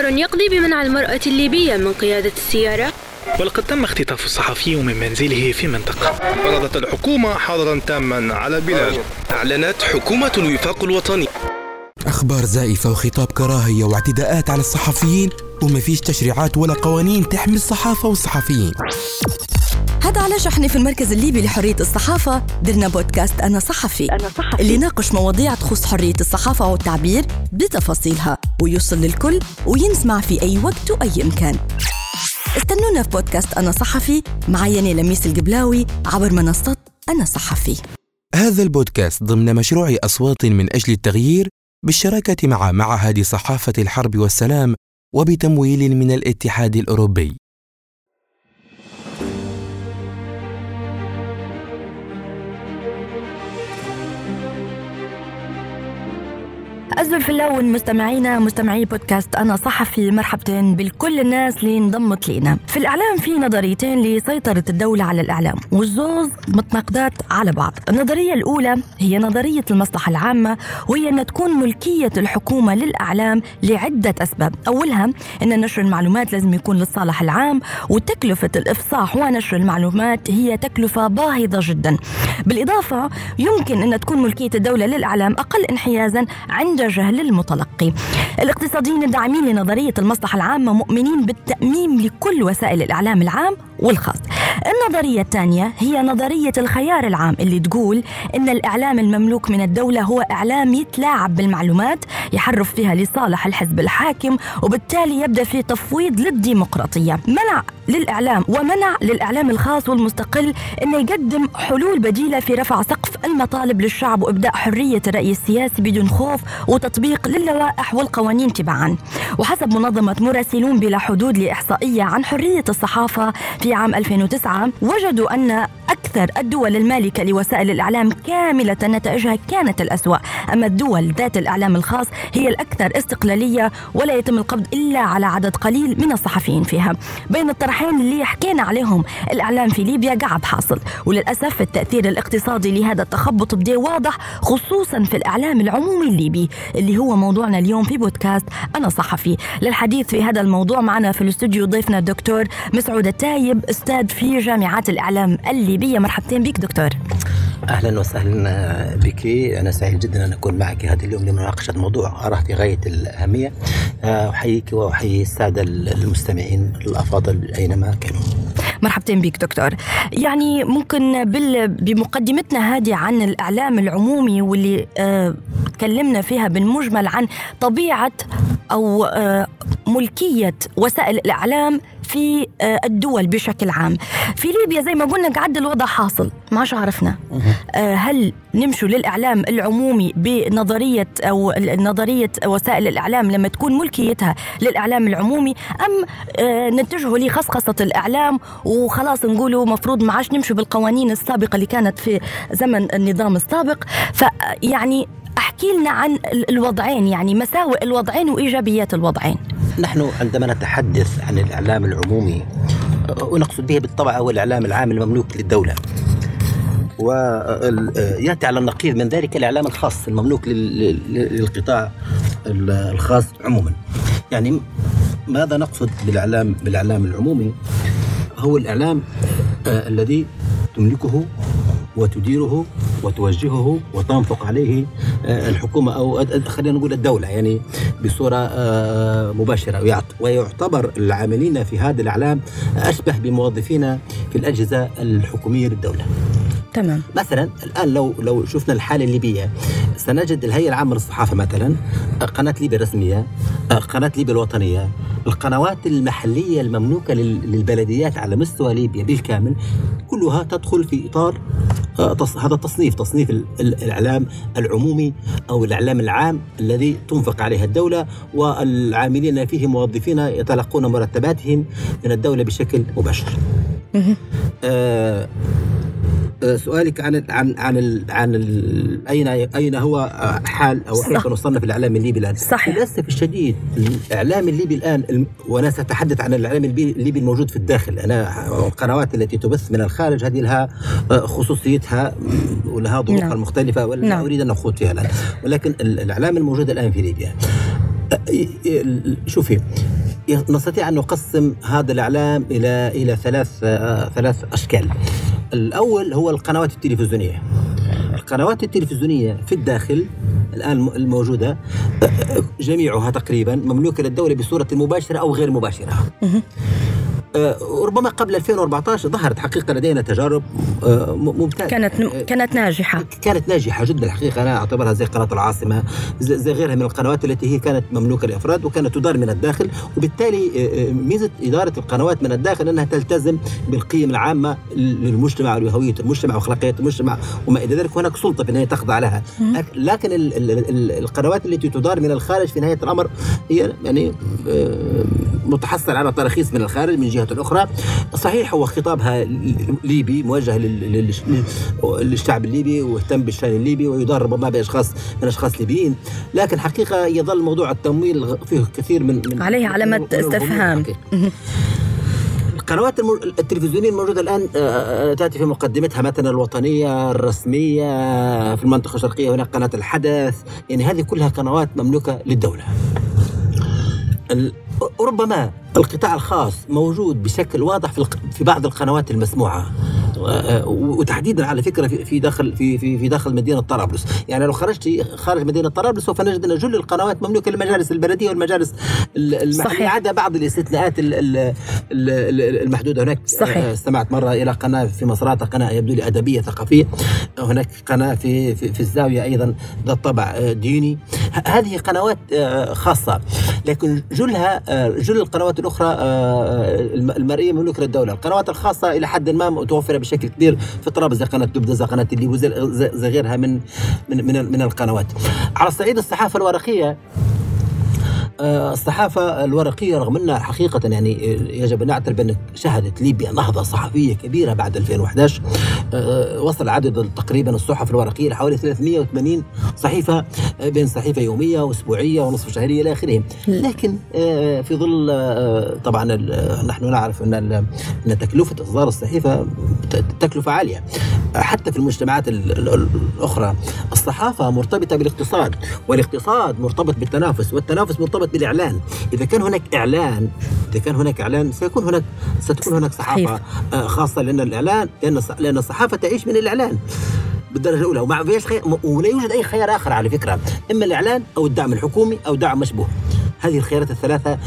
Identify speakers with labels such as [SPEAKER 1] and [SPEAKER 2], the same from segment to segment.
[SPEAKER 1] قرار يقضي بمنع المرأة الليبية من قيادة السيارة.
[SPEAKER 2] ولقد تم اختطاف الصحفي من منزله في منطقة.
[SPEAKER 3] فرضت الحكومة حظرا تاما على البلاد.
[SPEAKER 4] أعلنت حكومة الوفاق الوطني
[SPEAKER 5] أخبار زائفة وخطاب كراهية واعتداءات على الصحفيين، وما فيش تشريعات ولا قوانين تحمي الصحافة والصحفيين.
[SPEAKER 6] هذا علاش احنا في المركز الليبي لحرية الصحافة درنا بودكاست أنا صحفي اللي يناقش مواضيع تخص حرية الصحافة والتعبير بتفاصيلها ويوصل للكل وينسمع في أي وقت وأي مكان. استنونا في بودكاست أنا صحفي معي لميس القبلاوي عبر منصة أنا صحفي.
[SPEAKER 5] هذا البودكاست ضمن مشروع أصوات من أجل التغيير بالشراكة مع معهد صحافة الحرب والسلام وبتمويل من الاتحاد الأوروبي.
[SPEAKER 6] أزل الأول مستمعي بودكاست أنا صحفي، مرحبتين بالكل الناس اللي انضمت لينا. في الإعلام في نظريتين لسيطرة الدولة على الإعلام والزوز متناقضات على بعض. النظرية الأولى هي نظرية المصلحة العامة، وهي أن تكون ملكية الحكومة للإعلام لعدة أسباب. أولها أن نشر المعلومات لازم يكون للصالح العام، وتكلفة الإفصاح ونشر المعلومات هي تكلفة باهظة جدا. بالإضافة يمكن أن تكون ملكية الدولة للإعلام أقل انحيازا عند جهل المتلقي. الاقتصاديين الداعمين لنظرية المصلحة العامة مؤمنين بالتأميم لكل وسائل الإعلام العام والخاص. النظرية الثانية هي نظرية الخيار العام، اللي تقول إن الإعلام المملوك من الدولة هو إعلام يتلاعب بالمعلومات، يحرف فيها لصالح الحزب الحاكم، وبالتالي يبدأ في تفويض للديمقراطية. منع للإعلام ومنع للإعلام الخاص والمستقل إنه يقدم حلول بديلة في رفع سقف المطالب للشعب وإبداء حرية الرأي السياسي بدون خوف وتطبيق للوائح والقوانين تبعا. وحسب منظمة مراسلون بلا حدود لإحصائية عن حرية الصحافة في عام 2009 وجدوا أن أكثر الدول المالكة لوسائل الإعلام كاملة نتائجها كانت الأسوأ، أما الدول ذات الإعلام الخاص هي الأكثر استقلالية ولا يتم القبض إلا على عدد قليل من الصحفيين فيها. بين الطرحين اللي حكينا عليهم الإعلام في ليبيا قاعد حاصل، وللأسف التأثير الاقتصادي لهذا التخبط بدأ واضح خصوصا في الإعلام العمومي الليبي اللي هو موضوعنا اليوم في بودكاست أنا صحفي. للحديث في هذا الموضوع معنا في الاستوديو ضيفنا الدكتور مسعود التايب، أستاذ في جامعات الإعلام الليبية. مرحبتين بك دكتور.
[SPEAKER 7] أهلا وسهلا بك، أنا سعيد جدا أن أكون معك هذا اليوم لمناقشة موضوع أراه في غاية الأهمية. أحييك وأحيي السادة المستمعين الأفاضل أينما كانوا.
[SPEAKER 6] مرحبتين بك دكتور. يعني ممكن بمقدمتنا هذه عن الإعلام العمومي واللي تكلمنا فيها بالمجمل عن طبيعة أو ملكية وسائل الإعلام في الدول بشكل عام. في ليبيا زي ما قلنا قاعد الوضع حاصل، ما عرفنا هل نمشوا للإعلام العمومي بنظرية أو نظرية وسائل الإعلام لما تكون ملكيتها للإعلام العمومي، أم نتجهوا لخصخصة الإعلام وخلاص نقولوا مفروض معاش نمشوا بالقوانين السابقة اللي كانت في زمن النظام السابق. فيعني أحكي لنا عن الوضعين، يعني مساوئ الوضعين وإيجابيات الوضعين.
[SPEAKER 7] نحن عندما نتحدث عن الإعلام العمومي ونقصد به بالطبع هو الإعلام العام المملوك للدولة، ويأتي على النقيض من ذلك الإعلام الخاص المملوك للقطاع الخاص عموما. يعني ماذا نقصد بالإعلام العمومي؟ هو الإعلام الذي تملكه وتديره وتوجهه وتنفق عليه الحكومة أو خلينا نقول الدولة، يعني بصورة مباشرة، ويعتبر العاملين في هذا الإعلام أشبه بموظفين في الأجهزة الحكومية للدولة.
[SPEAKER 6] تمام.
[SPEAKER 7] مثلا الآن لو شفنا الحالة الليبية سنجد الهيئة العامة للصحافة مثلا، قناة ليبيا الرسمية، قناة ليبيا الوطنية، القنوات المحلية المملوكة للبلديات على مستوى ليبيا بالكامل كلها تدخل في إطار هذا تصنيف الإعلام العمومي أو الإعلام العام الذي تنفق عليها الدولة، والعاملين فيه موظفين يتلقون مرتباتهم من الدولة بشكل مباشر. سؤالك عن أين هو حال أو كيف نصنف الإعلام الليبي الآن؟
[SPEAKER 6] صحيح.
[SPEAKER 7] للأسف الشديد الإعلام الليبي الآن، وأنا سأتحدث عن الإعلام الليبي الموجود في الداخل. أنا القنوات التي تبث من الخارج هذه لها خصوصيتها ولها ظروفها المختلفة ولا أريد أن أخوض فيها الآن، ولكن الإعلام الموجود الآن في ليبيا شوفي نستطيع أن نقسم هذا الإعلام إلى ثلاث أشكال. الأول هو القنوات التلفزيونية. القنوات التلفزيونية في الداخل الآن الموجودة جميعها تقريبا مملوكة للدولة بصورة مباشرة أو غير مباشرة. ربما قبل 2014 ظهرت حقيقة لدينا تجارب ممتازة،
[SPEAKER 6] كانت ناجحة
[SPEAKER 7] جدا الحقيقة. أنا أعتبرها زي قناة العاصمة، زي غيرها من القنوات التي هي كانت مملوكة لأفراد وكانت تدار من الداخل. وبالتالي ميزة إدارة القنوات من الداخل أنها تلتزم بالقيم العامة للمجتمع وهوية المجتمع وأخلاقيات المجتمع وما إلى ذلك، هناك سلطة في النهاية تخضع لها. لكن القنوات التي تدار من الخارج في نهاية الأمر هي يعني متحصل على تراخيص من الخارج من جهة الأخرى. صحيح هو خطابها ليبي موجه للشعب الليبي واهتم بالشأن الليبي ويدار ربما بأشخاص من أشخاص ليبيين، لكن حقيقة يظل موضوع التمويل فيه كثير من
[SPEAKER 6] عليه علامات استفهام.
[SPEAKER 7] القنوات التلفزيونية الموجودة الآن تأتي في مقدمتها مثلا الوطنية الرسمية في المنطقة الشرقية، هناك قناة الحدث، يعني هذه كلها قنوات مملوكة للدولة. ربما القطاع الخاص موجود بشكل واضح في بعض القنوات المسموعة، وتحديدا على فكرة في داخل مدينة طرابلس. يعني لو خرجت خارج مدينة طرابلس سوف نجد أن جل القنوات مملوكة للمجالس البلدية والمجالس المحلية، عدا بعض الاستثناءات المحدودة. هناك استمعت مرة إلى قناة في مصراتة، قناة يبدو لي أدبية ثقافية، هناك قناة في الزاوية أيضا ذات طابع ديني. هذه قنوات خاصة، لكن جل القنوات الأخرى المرئية مملوكة للدولة. القنوات الخاصة إلى حد ما متوفرة بشكل كبير في طرابلس، زي قناة تبدأ، زي قناة الليبي، زي غيرها من القنوات. على الصعيد الصحافة الورقية، الصحافة الورقية رغم أنها حقيقة يعني يجب أن نعترف بأن شهدت ليبيا نهضة صحفية كبيرة بعد 2011. وصل عدد تقريبا الصحف الورقية لحوالي 380 صحيفة، بين صحيفة يومية وأسبوعية ونصف شهرية إلى آخره. لكن في ظل طبعا نحن نعرف أن تكلفة إصدار الصحيفة تكلفة عالية حتى في المجتمعات الأخرى. الصحافة مرتبطة بالاقتصاد، والاقتصاد مرتبط بالتنافس، والتنافس مرتبط بالإعلان. إذا كان هناك إعلان ستكون هناك صحافة خاصة، لأن الصحافة تعيش من الإعلان بالدرجة الأولى، ولا يوجد أي خيار آخر على فكرة، إما الإعلان أو الدعم الحكومي أو دعم مشبوه. هذه الخيارات الثلاثة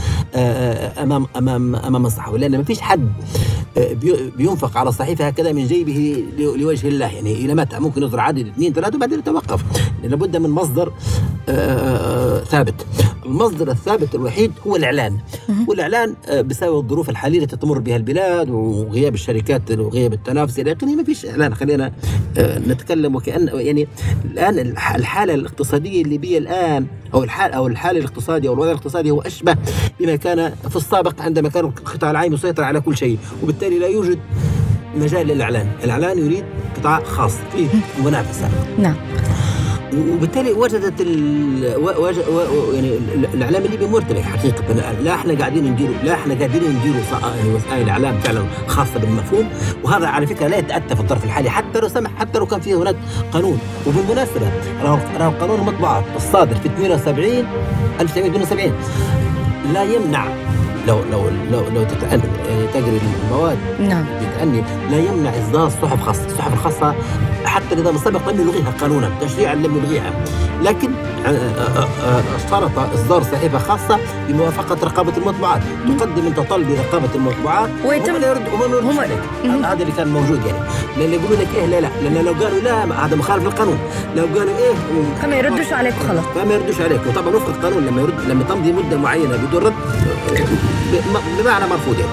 [SPEAKER 7] أمام الصحافة، لأن ما فيش حد بينفق على الصحيفة هكذا من جيبه لوجه الله. يعني إلى متى؟ ممكن يصدر عدد 2 3 وبعدين يتوقف. لابد من مصدر ثابت. المصدر الثابت الوحيد هو الإعلان، والإعلان بسبب الظروف الحالية التي تمر بها البلاد وغياب الشركات وغياب التنافس إلى آخره ما فيش إعلان. خلينا نتكلم وكأن يعني الآن الحالة الاقتصادية الليبية الآن أو الحالة الاقتصادية أو الوضع الاقتصادي هو أشبه بما كان في السابق عندما كان القطاع العام يسيطر على كل شيء، وبالتالي لا يوجد مجال للإعلان. الإعلان يريد قطاع خاص فيه منافسة.
[SPEAKER 6] نعم.
[SPEAKER 7] وبالتالي وجدت يعني الإعلام الليبي مرتبك حقيقة. لا احنا قاعدين نديروا وسائل إعلام فعلا خاصة بالمفهوم، وهذا على فكرة لا يتأتى في الظرف الحالي حتى لو كان فيه هناك قانون. وبالمناسبة راه قانون المطبعات الصادر في 1972 لا يمنع لو تجري المواد بتأني لا يمنع إصدار الصحف الخاصة حتى النظام السابق لم يلغيها قانونا تشريعا، لم يلغيها، لكن اشترط إصدار صحيفة خاصة بموافقة رقابة المطبوعات. تقدم انت طلب لرقابة المطبوعات وهم لا يردوا عليك. هذا اللي كان موجود يعني، لأن يقولوا لك إيه لا لأن لو قالوا لا هذا مخالف للقانون، لو قالوا إيه
[SPEAKER 6] فما يردوش عليك خلاص،
[SPEAKER 7] فما يردوش عليك. وطبعا وفق القانون لما تمضي مدة معينة بدون رد بمعنى مرفوض يعني.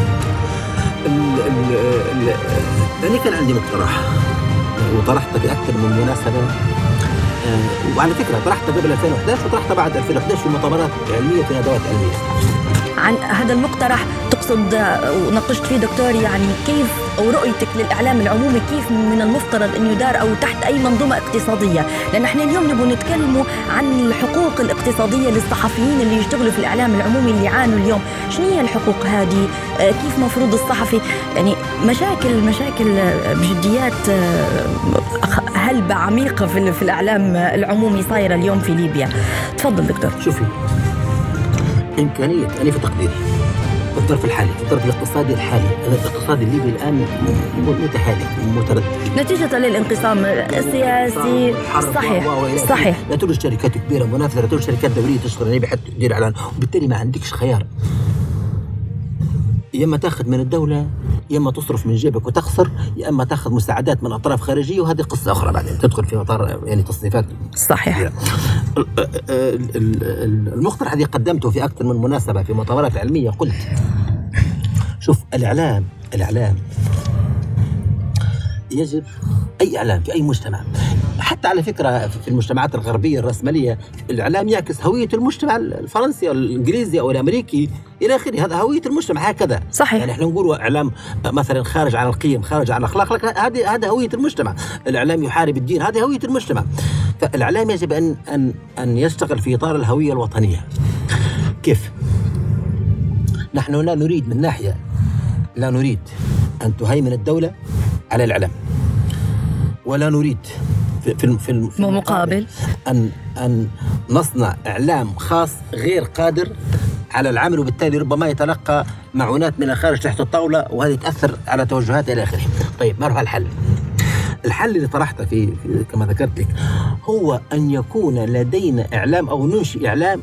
[SPEAKER 7] أنا كان عندي مقترح وطرحته في أكثر من مناسبة، وعلى فكرة طرحته قبل 2011 وطرحته بعد 2011 في مؤتمرات علمية في ندوات علمية.
[SPEAKER 6] عن هذا المقترح تقصد وناقشت فيه دكتور، يعني كيف أو رؤيتك للإعلام العمومي كيف من المفترض أن يدار أو تحت أي منظومة اقتصادية؟ لأن احنا اليوم نبغى نتكلموا عن الحقوق الاقتصادية للصحفيين اللي يشتغلوا في الإعلام العمومي اللي يعانوا اليوم. شنو هي الحقوق هذه؟ كيف مفروض الصحفي يعني مشاكل بجديات هلبة عميقة في الإعلام العمومي صايرة اليوم في ليبيا. تفضل دكتور.
[SPEAKER 7] شوفي، إمكانية أنا في تقديري في الظرف الحالي، في الظرف الاقتصادي الحالي، الاقتصاد الليبي الآن متهالك متردد
[SPEAKER 6] نتيجة للانقسام السياسي. صحيح.
[SPEAKER 7] لا توجد شركات كبيرة منافسة، لا توجد شركات دولية تشتغل الليبي حتى تدير إعلان، وبالتالي ما عندكش خيار، يا اما تاخذ من الدوله، يا اما تصرف من جيبك وتخسر، يا اما تاخذ مساعدات من اطراف خارجيه، وهذه قصه اخرى بعدين تدخل في اطار يعني تصنيفات.
[SPEAKER 6] صحيح.
[SPEAKER 7] المقترح الذي قدمته في اكثر من مناسبه في مؤتمرات علميه قلت شوف الاعلام يجب أي إعلام في أي مجتمع، حتى على فكرة في المجتمعات الغربية الرأسمالية الإعلام يعكس هوية المجتمع الفرنسي أو الإنجليزي أو الأمريكي إلى آخره، هذا هوية المجتمع هكذا.
[SPEAKER 6] صحيح.
[SPEAKER 7] يعني إحنا نقول إعلام مثلا خارج عن القيم، خارج عن الأخلاق، هذا هوية المجتمع. الإعلام يحارب الدين، هذه هوية المجتمع. فالإعلام يجب أن يشتغل في إطار الهوية الوطنية. كيف؟ نحن لا نريد من ناحية، لا نريد أن تهيمن الدولة على الإعلام، ولا نريد في
[SPEAKER 6] المقابل
[SPEAKER 7] أن نصنع إعلام خاص غير قادر على العمل، وبالتالي ربما يتلقى معونات من الخارج تحت الطاولة، وهذه تأثر على توجهات إلى آخره. طيب ما هو الحل؟ الحل اللي طرحته في كما ذكرت لك هو أن يكون لدينا إعلام أو ننشئ إعلام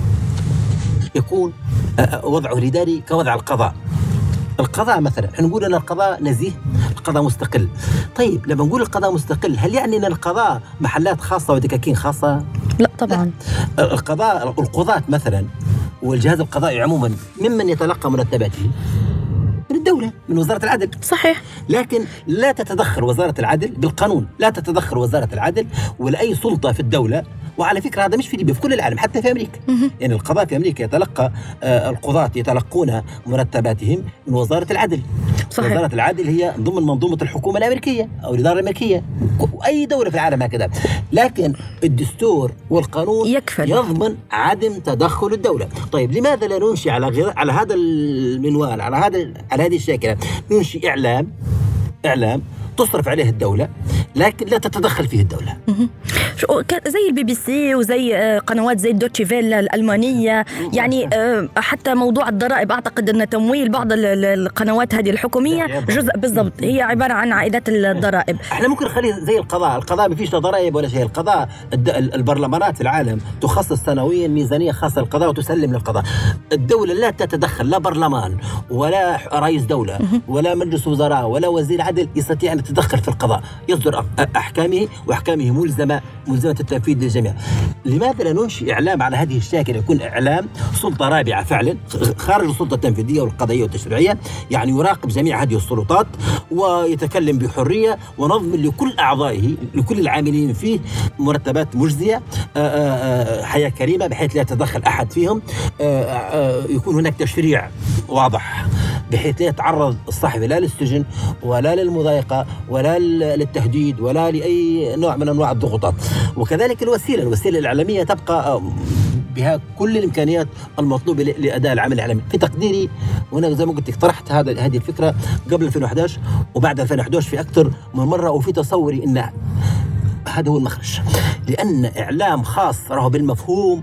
[SPEAKER 7] يكون وضعه الإداري كوضع القضاء. القضاء مثلا نقول أن القضاء نزيه، القضاء مستقل. طيب لما نقول القضاء مستقل، هل يعني أن القضاء محلات خاصة ودكاكين خاصة؟
[SPEAKER 6] لا طبعا.
[SPEAKER 7] لا. القضاة مثلا والجهاز القضائي عموما ممن يتلقى مرتباته من الدولة، من وزارة العدل.
[SPEAKER 6] صحيح.
[SPEAKER 7] لكن لا تتدخل وزارة العدل بالقانون، لا تتدخل وزارة العدل ولا أي سلطة في الدولة. وعلى فكرة هذا مش في ليبيا، في كل العالم، حتى في أمريكا. يعني القضاء في أمريكا يتلقى القضاة يتلقون مرتباتهم من وزارة العدل. صحيح. وزارة العدل هي ضمن منظومة الحكومة الأمريكية أو الإدارة الأمريكية، وأي دولة في العالم هكذا. لكن الدستور والقانون يضمن عدم تدخل الدولة. طيب لماذا لا ننشئ على هذا المنوال، على هذه الشاكلة، ننشئ إعلام تصرف عليه الدولة لكن لا تتدخل فيه الدولة؟
[SPEAKER 6] زي الBBC وزي قنوات زي الدوتشي فيلا الألمانية. يعني حتى موضوع الضرائب، أعتقد أن تمويل بعض القنوات هذه الحكومية جزء بالضبط هي عبارة عن عائدات الضرائب.
[SPEAKER 7] احنا ممكن نخليه زي القضاء ما فيش ضرائب ولا شيء. القضاء البرلمانات في العالم تخصص سنويا ميزانية خاصة للقضاء وتسلم للقضاء. الدولة لا تتدخل، لا برلمان ولا رئيس دولة ولا مجلس وزراء ولا وزير عدل يستطيع أن يتدخل في القضاء، يصدر أحكامه ملزمة التنفيذ للجميع. لماذا لا ننشئ إعلام على هذه الشاكلة، يكون إعلام سلطة رابعة فعلا خارج السلطة التنفيذية والقضائية والتشريعية، يعني يراقب جميع هذه السلطات ويتكلم بحرية ونظم لكل أعضائه، لكل العاملين فيه مرتبات مجزية، حياة كريمة بحيث لا يتدخل أحد فيهم، يكون هناك تشريع واضح بحيث لا يتعرض الصحفي لا للسجن ولا للمضايقة ولا للتهديد ولا لأي نوع من أنواع الضغوطات. وكذلك الوسيلة الإعلامية تبقى بها كل الإمكانيات المطلوبة لأداء العمل الإعلامي. في تقديري، وأنا زي ما قلت طرحت هذه الفكرة قبل 2011 وبعد 2011 في أكثر من مرة، وفي تصوري أن هذا هو المخرج، لأن إعلام خاص راه بالمفهوم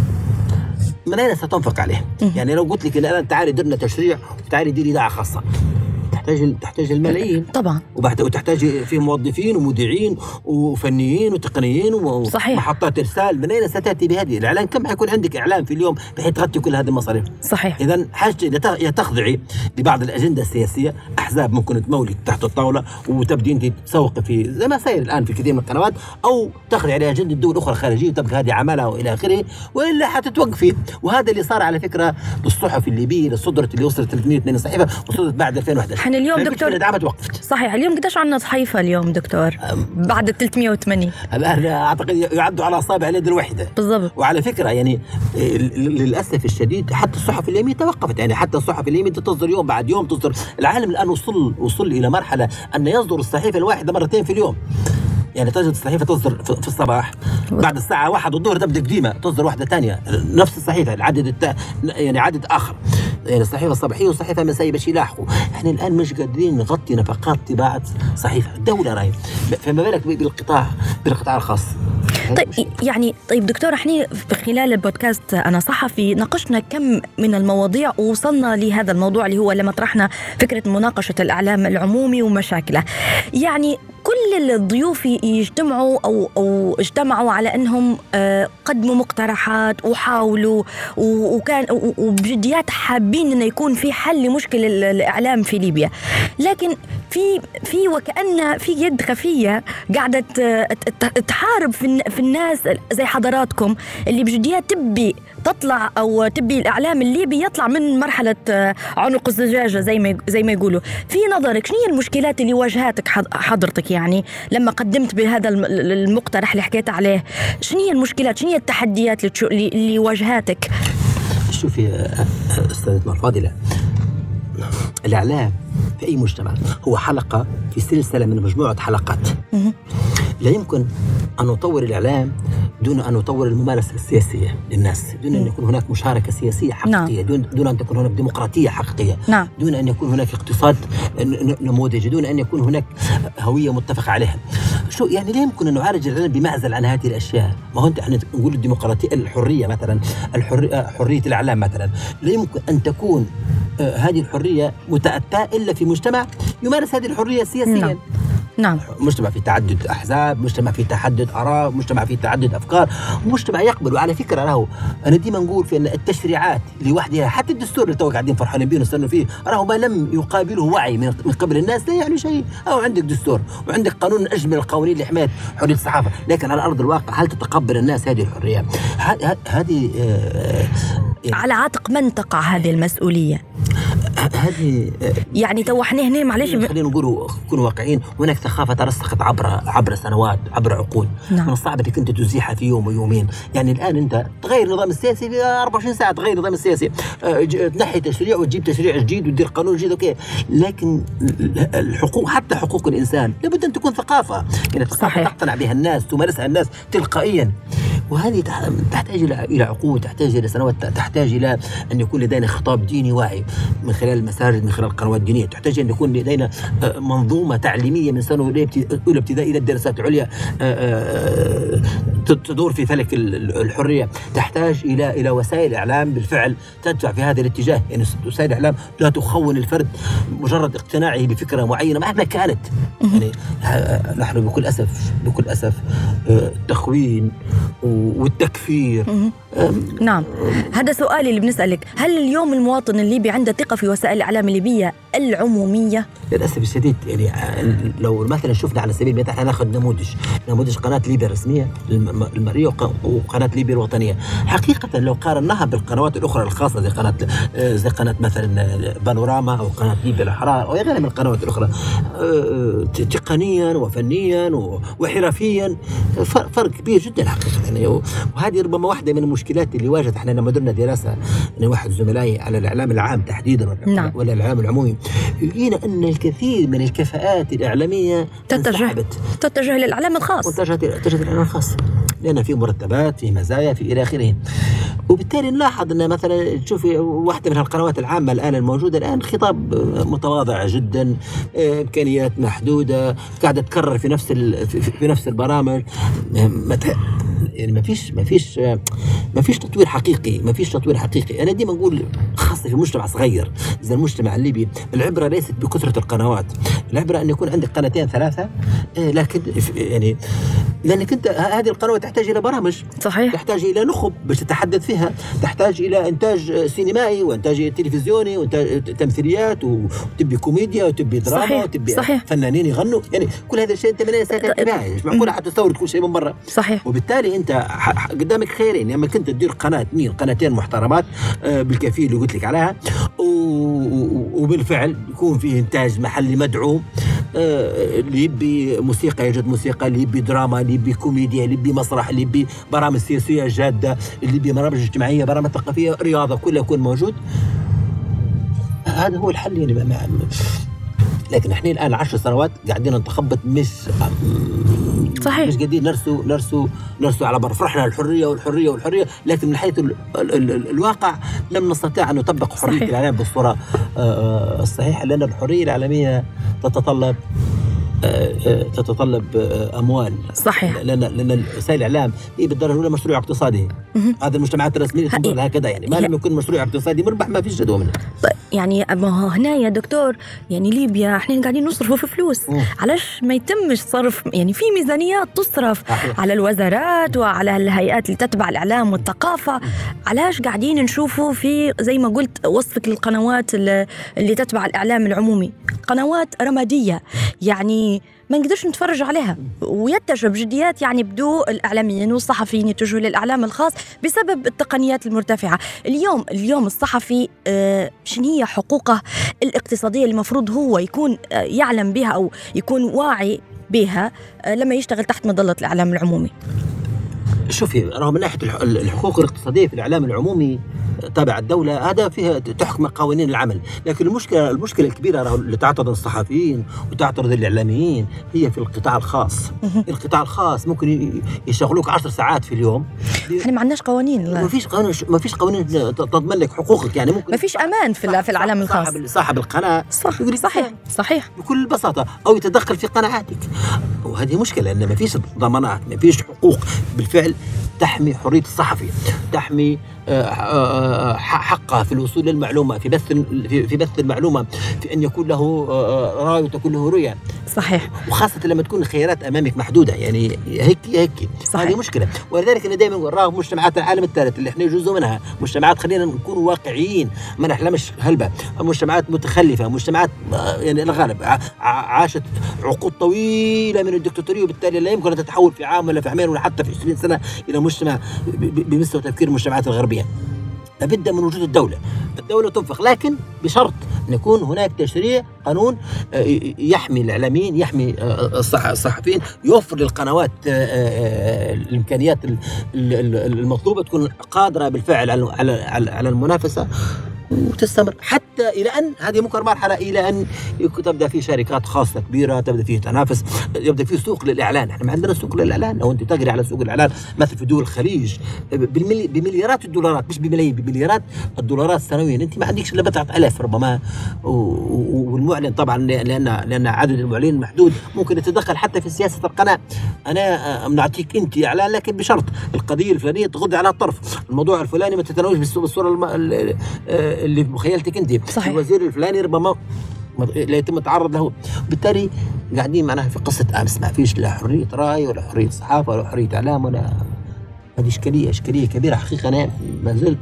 [SPEAKER 7] من أين ستنفق عليه؟ يعني لو قلت لك الآن تعالي درنا تشريع وتعالي ديري إذاعة خاصة، تحتاج الملايين
[SPEAKER 6] طبعا،
[SPEAKER 7] وتحتاج فيه موظفين ومذيعين وفنيين وتقنيين ومحطات إرسال. من أين ستأتي بهذه؟ الإعلان كم حيكون عندك إعلام في اليوم بحيث تغطي كل هذه المصاريف؟
[SPEAKER 6] صحيح.
[SPEAKER 7] إذن حاجة تخضعي لبعض الأجندة السياسية، أحزاب ممكن تمولك تحت الطاولة وتبدي أنت تسوق في زي ما صاير الآن في كثير من القنوات، أو تخضعي على أجندة دول أخرى خارجية وتبقى هذه عملها وإلى آخره، وإلا حتتوقفي. وهذا اللي صار على فكرة بالصحف الليبية اللي صدرت، اللي وصلت 302 صحيفة وصدرت بعد 2011.
[SPEAKER 6] احنا اليوم دكتور صحيح اليوم قديش عندنا صحيفة اليوم دكتور بعد 380
[SPEAKER 7] الآن أعتقد يعدوا على أصابع اليد الواحدة
[SPEAKER 6] بالضبط.
[SPEAKER 7] وعلى فكرة يعني للأسف الشديد حتى الصحف اليومية توقفت، يعني حتى الصحف اليومية تصدر يوم بعد يوم تصدر. العالم الآن وصل إلى مرحلة أن يصدر الصحيفة الواحدة مرتين في اليوم. يعني تجد الصحيفة تصدر في الصباح، بعد الساعة 1 الظهر تبدأ قديمة تصدر واحدة تانية نفس الصحيفة، يعني عدد آخر، يعني الصحيفة الصباحية والصحيفة المسائية باش يلاحقوا. احنا الآن مش قادرين نغطي نفقات طباعة صحيفة الدولة راهي، فما بالك بالقطاع الخاص.
[SPEAKER 6] طيب دكتور، احنا خلال البودكاست أنا صحفي ناقشنا كم من المواضيع ووصلنا لهذا الموضوع اللي هو لما طرحنا فكرة مناقشة الإعلام العمومي ومشاكله. يعني كل الضيوف يجتمعوا أو اجتمعوا على أنهم قدموا مقترحات وحاولوا وكان وبجديات حابين أن يكون في حل لمشكلة الإعلام في ليبيا، لكن في وكأن في يد خفية قاعدة تحارب في الناس زي حضراتكم اللي بجديات تبي تطلع أو تبي الإعلام الليبي يطلع من مرحلة عنق الزجاجة زي ما يقولوا. في نظرك شنو هي المشكلات اللي واجهتك حضرتك يعني لما قدمت بهذا المقترح اللي حكيت عليه؟ شنو هي المشكلات، شنو هي التحديات اللي واجهتك؟
[SPEAKER 7] شوفي أستاذتنا الفاضلة، الإعلام في أي مجتمع هو حلقة في سلسلة من مجموعة حلقات. لا يمكن أن نطور الإعلام دون أن نطور الممارسة السياسية للناس، دون أن يكون هناك مشاركة سياسية حقيقية، دون أن تكون هناك ديمقراطية حقيقية، دون أن يكون هناك اقتصاد نموذجي، دون أن يكون هناك هوية متفق عليها. شو يعني لا يمكن أن نعالج الإعلام بمعزل عن هذه الأشياء. ما هو احنا نقول الديمقراطية، الحرية مثلا، حرية الإعلام مثلا، لا يمكن أن تكون هذه الحرية متأتة إلا في مجتمع يمارس هذه الحرية سياسيا.
[SPEAKER 6] نعم.
[SPEAKER 7] مجتمع في تعدد أحزاب، مجتمع في تعدد آراء، مجتمع في تعدد أفكار، مجتمع يقبل. وعلى فكرة راهو أنا ديما نقول في أن التشريعات لوحدها، حتى الدستور اللي توقع قاعدين فرحانين بيه ونستنوا فيه، راهو ما لم يقابله وعي من قبل الناس لا يعني شيء. أو عندك دستور وعندك قانون أجمل القوانين لحماية حرية الصحافة، لكن على أرض الواقع هل تتقبل الناس هذه الحرية؟ هذه
[SPEAKER 6] على عاتق من تقع هذه المسؤولية؟
[SPEAKER 7] هذه
[SPEAKER 6] يعني توحنا هنا معلش
[SPEAKER 7] خلينا نقولوا نكونوا واقعيين. هناك ثقافة ترسخت عبر سنوات، عبر عقود. من الصعب انك انت تزيحها في يوم ويومين. يعني الان انت تغير النظام السياسي في 24 ساعة، تغير النظام السياسي، تنحي تشريع وتجيب تشريع جديد وتدير قانون جديد، اوكي. لكن الحقوق، حتى حقوق الانسان، لابد ان تكون ثقافة، يعني ثقافة تقتنع بها الناس، تمارسها الناس تلقائيا. وهذه تحتاج الى عقود، تحتاج الى سنوات، تحتاج الى ان يكون لدينا خطاب ديني واعي من خلال المساجد، من خلال القنوات الدينية. تحتاج ان يكون لدينا منظومة تعليمية من سنة أولى ابتدائي إلى الدراسات العليا تدور في فلك الحرية. تحتاج إلى وسائل إعلام بالفعل تدفع في هذا الاتجاه. يعني وسائل الإعلام لا تخون الفرد مجرد اقتناعه بفكرة معينة مهما كانت. يعني نحن بكل أسف التخوين والتكفير.
[SPEAKER 6] نعم، هذا سؤالي اللي بنسألك. هل اليوم المواطن الليبي عنده ثقة في وسائل الإعلام الليبية العمومية؟
[SPEAKER 7] للأسف الشديد. يعني لو مثلا شفنا على سبيل المثال، احنا ناخذ نموذج قناة ليبيا الرسمية المرئية وقناة ليبيا الوطنية. حقيقة لو قارناها بالقنوات الأخرى الخاصة زي قناة مثلا بانوراما أو قناة ليبيا الحرارة أو غيرها من القنوات الأخرى، تقنيا وفنيا وحرفيا فرق كبير جدا حقيقة. يعني وهذه ربما واحدة من المشكلات اللي واجهت. احنا لما درنا دراسة أنا واحد زملائي على الإعلام العام تحديدا ولا الإعلام العمومي، لقينا أن الكثير من الكفاءات الإعلامية
[SPEAKER 6] تتجه للإعلام الخاص،
[SPEAKER 7] تتجه للإعلام الخاص، لأن في مرتبات، في مزايا، في إلى آخره. وبالتالي نلاحظ أن مثلا تشوفي واحدة من القنوات العامة الآن الموجودة الآن خطاب متواضع جدا، إمكانيات محدودة، قاعدة تكرر في نفس البرامج. يعني ما فيش تطوير حقيقي. أنا ديما نقول خاصة في مجتمع صغير زي المجتمع الليبي، العبرة ليست بكثرة القنوات، العبرة أن يكون عندك قناتين ثلاثة، لكن يعني لأنك أنت هذه القنوات تحتاج إلى برامج،
[SPEAKER 6] صحيح،
[SPEAKER 7] تحتاج إلى نخب باش تتحدث فيها، تحتاج إلى إنتاج سينمائي وإنتاج تلفزيوني وإنتاج تمثيليات، وتبي كوميديا وتبي دراما وتبي فنانين يغنوا. يعني كل هذا الشيء أنت من ساعات انتباهي، مش معقول حتستورد كل شيء من برا.
[SPEAKER 6] صحيح.
[SPEAKER 7] وبالتالي أنت قدامك خيرين، لما كنت تدير قناتين محترمات بالكفيل اللي قلت لك عليها، وبالفعل يكون فيه إنتاج محلي مدعوم، اللي يبي موسيقى يجد موسيقى، اللي يبي دراما، اللي يبي كوميديا، اللي يبي مسرح، اللي يبي برامج سياسية جادة، اللي يبي برامج اجتماعية، برامج ثقافية، رياضة، كله يكون موجود. هذا هو الحل. يعني لكن احنا الآن 10 سنوات قاعدين نتخبط، مش
[SPEAKER 6] صحيح،
[SPEAKER 7] مش قاعدين نرسو على بر. فرحنا الحرية، لكن من حيث الواقع لم نستطيع أن نطبق حرية الإعلام بالصورة الصحيحة، لأن الحرية الإعلامية تتطلب تتطلب أموال.
[SPEAKER 6] صحيح.
[SPEAKER 7] لأن وسائل الإعلام هي بالدرجة الأولى مشروع اقتصادي. هذا المجتمعات الرسمية تنظر لها كذا، يعني ما لم يكن مشروع اقتصادي مربح ما فيش جدوى منه.
[SPEAKER 6] يعني ما هنا يا دكتور، يعني ليبيا احنا قاعدين نصرفوا في فلوس، علاش ما يتمش صرف؟ يعني في ميزانيات تصرف على الوزارات وعلى الهيئات اللي تتبع الإعلام والثقافة، علاش قاعدين نشوفوا في زي ما قلت وصفك للقنوات اللي تتبع الإعلام العمومي قنوات رمادية، يعني ما نقدرش نتفرج عليها، ويتجه بجديات يعني بدو الإعلاميين والصحفيين يتجهوا للإعلام الخاص بسبب التقنيات المرتفعة. اليوم الصحفي شنو هي حقوقه الاقتصادية اللي المفروض هو يكون يعلم بها أو يكون واعي بها لما يشتغل تحت مظلة الإعلام العمومي؟
[SPEAKER 7] شوفي، رغم من ناحية الحقوق الاقتصادية في الإعلام العمومي تابع الدولة، هذا فيها تحكم قوانين العمل، لكن المشكلة الكبيرة اللي تعترض الصحفيين وتعترض الإعلاميين هي في القطاع الخاص. القطاع الخاص ممكن يشغلوك 10 ساعات في اليوم.
[SPEAKER 6] احنا ما عندناش قوانين،
[SPEAKER 7] ما فيش قوانين تضمن لك حقوقك، يعني ممكن
[SPEAKER 6] ما فيش أمان في العالم الخاص.
[SPEAKER 7] صاحب القناة
[SPEAKER 6] صحيح
[SPEAKER 7] بكل بساطة أو يتدخل في قناعاتك، وهذه مشكلة لأن ما فيش ضمانات، ما فيش حقوق بالفعل تحمي حرية الصحفي، تحمي حقه في الوصول للمعلومة، في بث المعلومة، في أن يكون له رأي وتكون له رؤية.
[SPEAKER 6] صحيح.
[SPEAKER 7] وخاصة لما تكون الخيارات أمامك محدودة، يعني هيك هذه مشكلة. ولذلك أنا دائما أقول رغم مجتمعات العالم الثالث اللي احنا جزء منها، مجتمعات خلينا نكون واقعيين ما نحلمش هلبة، مجتمعات متخلفة، مجتمعات يعني الغالب عاشت عقود طويلة من الدكتاتورية، وبالتالي لا يمكن أن تتحول في عام ولا في عامين ولا حتى في 20 سنة إلى مجتمع بمستوى تفكير المجتمعات الغربية. لابد من وجود الدولة تنفق، لكن بشرط أن يكون هناك تشريع قانون يحمي الإعلاميين، يحمي الصحفيين، يوفر للقنوات الإمكانيات المطلوبة، تكون قادرة بالفعل على المنافسة وتستمر حتى إلى أن هذه ممكن مرحلة إلى أن تبدأ في شركات خاصة كبيرة، تبدأ فيه تنافس، يبدأ فيه سوق للإعلان. احنا ما عندنا سوق للإعلان. لو أنت تقري على سوق الإعلان مثل في دول الخليج بمليارات الدولارات، مش بملايين، بمليارات الدولارات سنويا، أنت ما عندكش إلا 1000 ربما، والمعلن طبعا لأن عدد المعلنين محدود ممكن يتدخل حتى في سياسة القناة. أنا نعطيك أنت إعلان لكن بشرط القضية الفلانية تغضي على الطرف، الموضوع الفلاني ما تتناولش بالصورة اللي بمخيلتك انت.
[SPEAKER 6] صحيح.
[SPEAKER 7] الوزير الفلاني ربما لا يتم التعرض له، بالتالي قاعدين معناها في قصة أمس، ما فيش لا حرية رأي ولا حرية صحافة ولا حرية إعلام، ولا هذه إشكالية كبيرة حقيقة. أنا ما زلت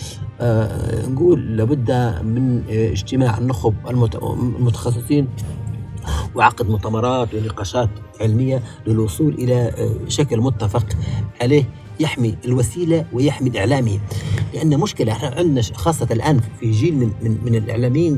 [SPEAKER 7] نقول لابد من اجتماع النخب المتخصصين وعقد مؤتمرات ونقاشات علمية للوصول إلى شكل متفق عليه يحمي الوسيلة ويحمي الإعلامي. لأن مشكلة احنا عندنا خاصة الآن في جيل من الإعلاميين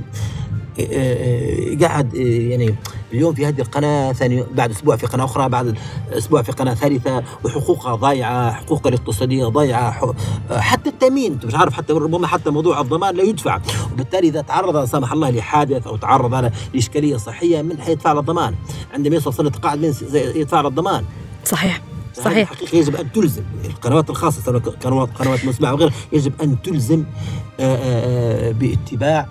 [SPEAKER 7] قاعد يعني اليوم في هذه القناة، ثاني بعد أسبوع في قناة أخرى، بعد أسبوع في قناة ثالثة، وحقوقها ضايعة، حقوقها الاقتصادية ضايعة، حتى التأمين أنت مش عارف، حتى ربما حتى موضوع الضمان لا يدفع، وبالتالي إذا تعرض لا سمح الله لحادث أو تعرض على إشكالية صحية من حيدفع له الضمان، عندما يوصل سنة تقاعد يدفع له الضمان.
[SPEAKER 6] صحيح.
[SPEAKER 7] حقيقة يجب أن تلزم القنوات الخاصة، قنوات مسمعة وغيرها، يجب أن تلزم باتباع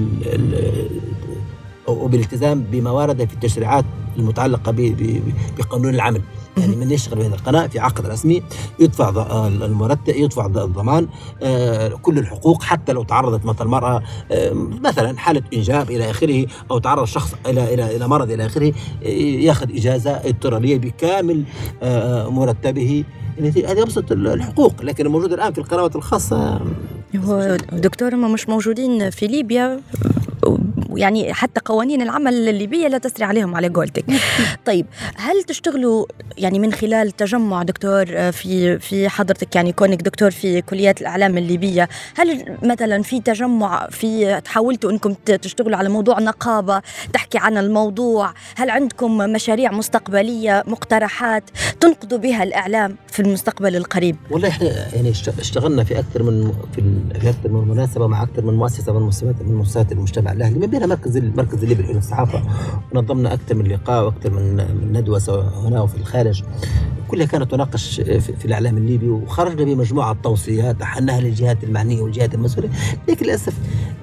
[SPEAKER 7] أو بالالتزام بما ورد في التشريعات المتعلقة بقانون العمل. يعني من يشتغل بهذه القناة في عقد رسمي يدفع المرتب، يدفع الضمان، كل الحقوق، حتى لو تعرضت مثل المرأة مثلا حالة إنجاب إلى آخره، أو تعرض شخص إلى مرض إلى آخره، يأخذ إجازة اضطرارية بكامل مرتبه. هذه أبسط الحقوق، لكن الموجود الآن في القنوات الخاصة.
[SPEAKER 6] هو دكتور ما مش موجودين في ليبيا، يعني حتى قوانين العمل الليبية لا تسري عليهم على قولتك. طيب هل تشتغلوا يعني من خلال تجمع دكتور في حضرتك، يعني كونك دكتور في كليات الإعلام الليبية، هل مثلا في تجمع في حاولتوا أنكم تشتغلوا على موضوع نقابة تحكي عن الموضوع؟ هل عندكم مشاريع مستقبلية، مقترحات تنقذوا بها الإعلام في المستقبل القريب؟
[SPEAKER 7] والله احنا يعني اشتغلنا في أكثر من مناسبة مع أكثر من مؤسسة من مؤسسات المجتمع المجتمع الأهلي، من بينها مركز الليبي للصحافة. نظمنا أكثر من لقاء وأكثر من ندوة سواء هنا وفي الخارج، كلها كانت تناقش في الإعلام الليبي، وخرجنا بمجموعة توصيات أحناها للجهات المعنية والجهات المسؤولة. لكن للأسف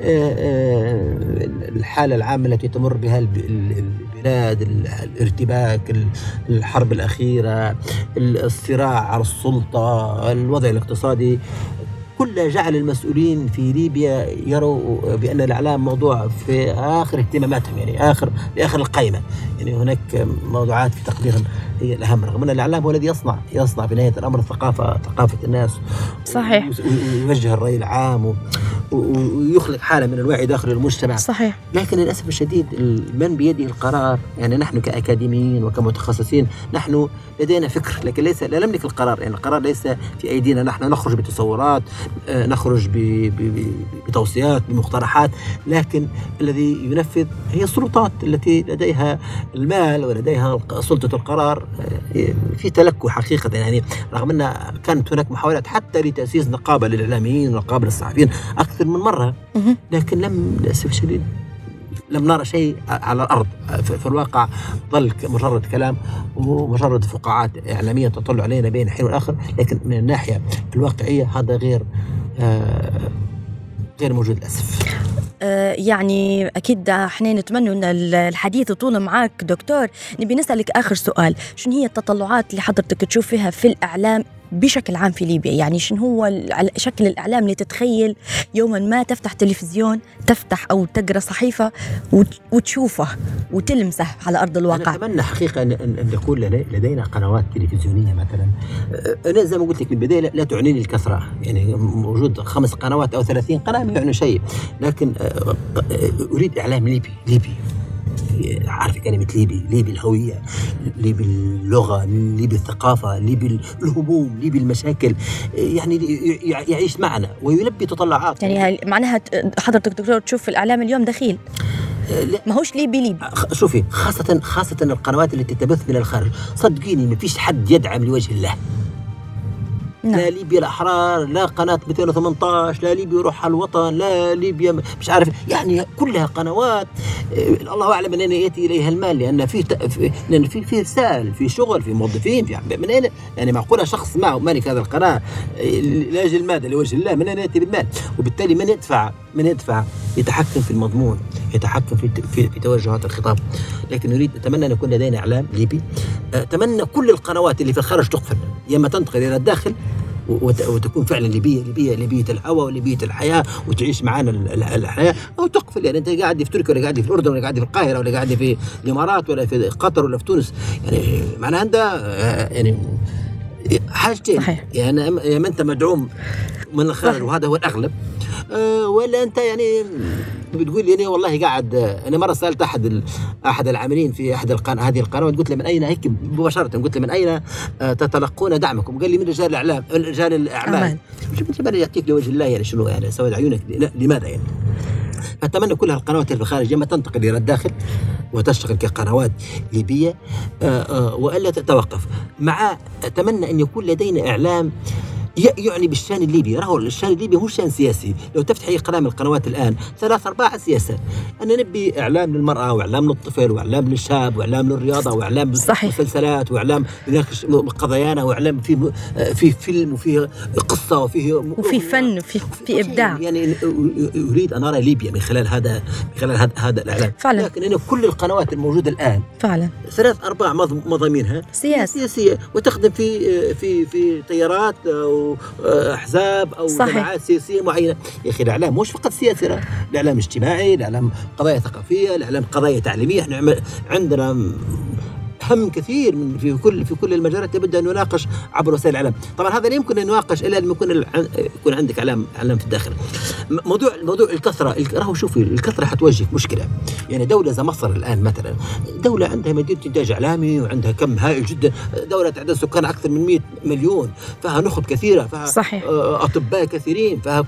[SPEAKER 7] الحالة العامة التي تمر بها البلاد، الارتباك، الحرب الأخيرة، الصراع على السلطة، الوضع الاقتصادي، كل جعل المسؤولين في ليبيا يروا بأن الإعلام موضوع في آخر اهتماماتهم، يعني آخر القائمة. يعني هناك موضوعات في تقديرهم هي الأهم، رغم أن الإعلام هو الذي يصنع بنهاية الأمر ثقافة الناس.
[SPEAKER 6] صحيح.
[SPEAKER 7] ويوجه الرأي العام ويخلق حالة من الوعي داخل المجتمع.
[SPEAKER 6] صحيح.
[SPEAKER 7] لكن للأسف الشديد من بيده القرار، يعني نحن كأكاديميين وكمتخصصين نحن لدينا فكر، لكن لا نملك القرار. يعني القرار ليس في أيدينا، نحن نخرج بتصورات، نخرج بتوصيات، بمقترحات، لكن الذي ينفذ هي السلطات التي لديها المال ولديها سلطة القرار. في تلكؤ حقيقة، يعني رغم أن كانت هناك محاولات حتى لتأسيس نقابة للإعلاميين ونقابة للصحفيين أكثر من مرة، لكن للأسف الشديد لم نرى شيء على الأرض. في الواقع ظل مجرد كلام ومجرد فقاعات إعلامية تطلع علينا بين حين والآخر، لكن من الناحية الواقعية هذا غير موجود للأسف.
[SPEAKER 6] يعني أكيد احنا نتمنى أن الحديث يطول معاك دكتور. نبي نسألك آخر سؤال، شنو هي التطلعات اللي حضرتك تشوف فيها في الإعلام بشكل عام في ليبيا؟ يعني شنو هو شكل الإعلام اللي تتخيل يوما ما تفتح تلفزيون، تفتح أو تقرأ صحيفة وتشوفه وتلمسه على أرض الواقع؟
[SPEAKER 7] أنا أتمنى حقيقة أن يكون لدينا قنوات تلفزيونية مثلا. أنا زي ما قلت لك من البداية لا تعنيني الكثرة، يعني موجود 5 قنوات أو 30 قناة ما يعني شيء، لكن أريد إعلام ليبي. عارف كلمة ليبي الهوية، ليبي اللغة، ليبي الثقافة، ليبي الهموم، ليبي المشاكل، يعني يعيش معنا ويلبي تطلعات.
[SPEAKER 6] يعني معناها حضرتك دكتور تشوف في الإعلام اليوم دخيل ما هوش ليبي.
[SPEAKER 7] شوفي، خاصة القنوات التي تبث من الخارج، صدقيني ما فيش حد يدعم لوجه الله. لا ليبيا الأحرار، لا قناة 218، لا ليبيا روح الوطن، لا ليبيا مش عارف، يعني كلها قنوات الله أعلم من أين يأتي إليها المال، لأن في رسال، في شغل، في موظفين، من أين يعني معقولة شخص معه مالك هذا القناة لأجل ماذا؟ لوجه الله، من أين يأتي بالمال؟ وبالتالي من يدفع يتحكم في المضمون، يتحكم في توجهات الخطاب. لكن أتمنى أن يكون لدينا إعلام ليبي. أتمنى كل القنوات اللي في الخارج تقفل، يا إما تنتقل إلى الداخل وتكون فعلا ليبية الهوى وليبية الحياة وتعيش معنا الحياة، أو تقفل. يعني أنت قاعد في تركيا ولا قاعد في الأردن ولا قاعد في القاهرة ولا قاعد في الإمارات ولا في قطر ولا في تونس، يعني معناها أنت يعني حاجتين، يعني يا أنت مدعوم من الخارج وهذا هو الأغلب، ولا أنت يعني بتقول لي يعني والله قاعد. أنا مرة سألت أحد العاملين في أحد هذه القنوات، قلت له من أين هيك مباشرة، قلت له من أين تتلقون دعمكم؟ قال لي من رجال الأعمال. مش يعطيك لوجه الله، يعني شنو يعني سواد عيونك لماذا يعني؟ أتمنى كل هالقنوات اللي في الخارج لما تنتقل إلى الداخل وتشتغل كقنوات ليبية، وألا تتوقف. مع أتمنى أن يكون لدينا إعلام يعني بالشان الليبي. راهو الشان الليبي مو شان سياسي. لو تفتح أي قناة من القنوات الآن 3-4 سياسة. أنا نبي إعلام للمرأة وإعلام للطفل وإعلام للشاب وإعلام للرياضة وإعلام مسلسلات وإعلام يناقش قضايانا وإعلام في فيلم وفي قصة وفي
[SPEAKER 6] فن وفي إبداع.
[SPEAKER 7] يعني أريد أن أرى ليبيا من خلال هذا الإعلام
[SPEAKER 6] فعلا.
[SPEAKER 7] لكن أنا كل القنوات الموجودة الآن
[SPEAKER 6] فعلا
[SPEAKER 7] 3-4 مضامينها سياسية وتخدم في تيارات أو أحزاب أو جماعات سياسية معينة. يا أخي الإعلام مش فقط سياسي، الإعلام اجتماعي، الإعلام قضايا ثقافية، الإعلام قضايا تعليمية. إحنا عندنا هم كثير في كل المجالات لابد أن نناقش عبر وسائل الإعلام. طبعا هذا لا يمكن أن نناقش إلا لما يكون عندك إعلام في الداخل. موضوع الكثرة، راهو شوفي الكثرة حتواجهك مشكلة. يعني دولة زي مصر الآن مثلا، دولة عندها مدينة إنتاج إعلامي وعندها كم هائل جدا، دولة تعداد سكان أكثر من 100 مليون، فيها نخب كثيرة، فيها أطباء كثيرين، فيها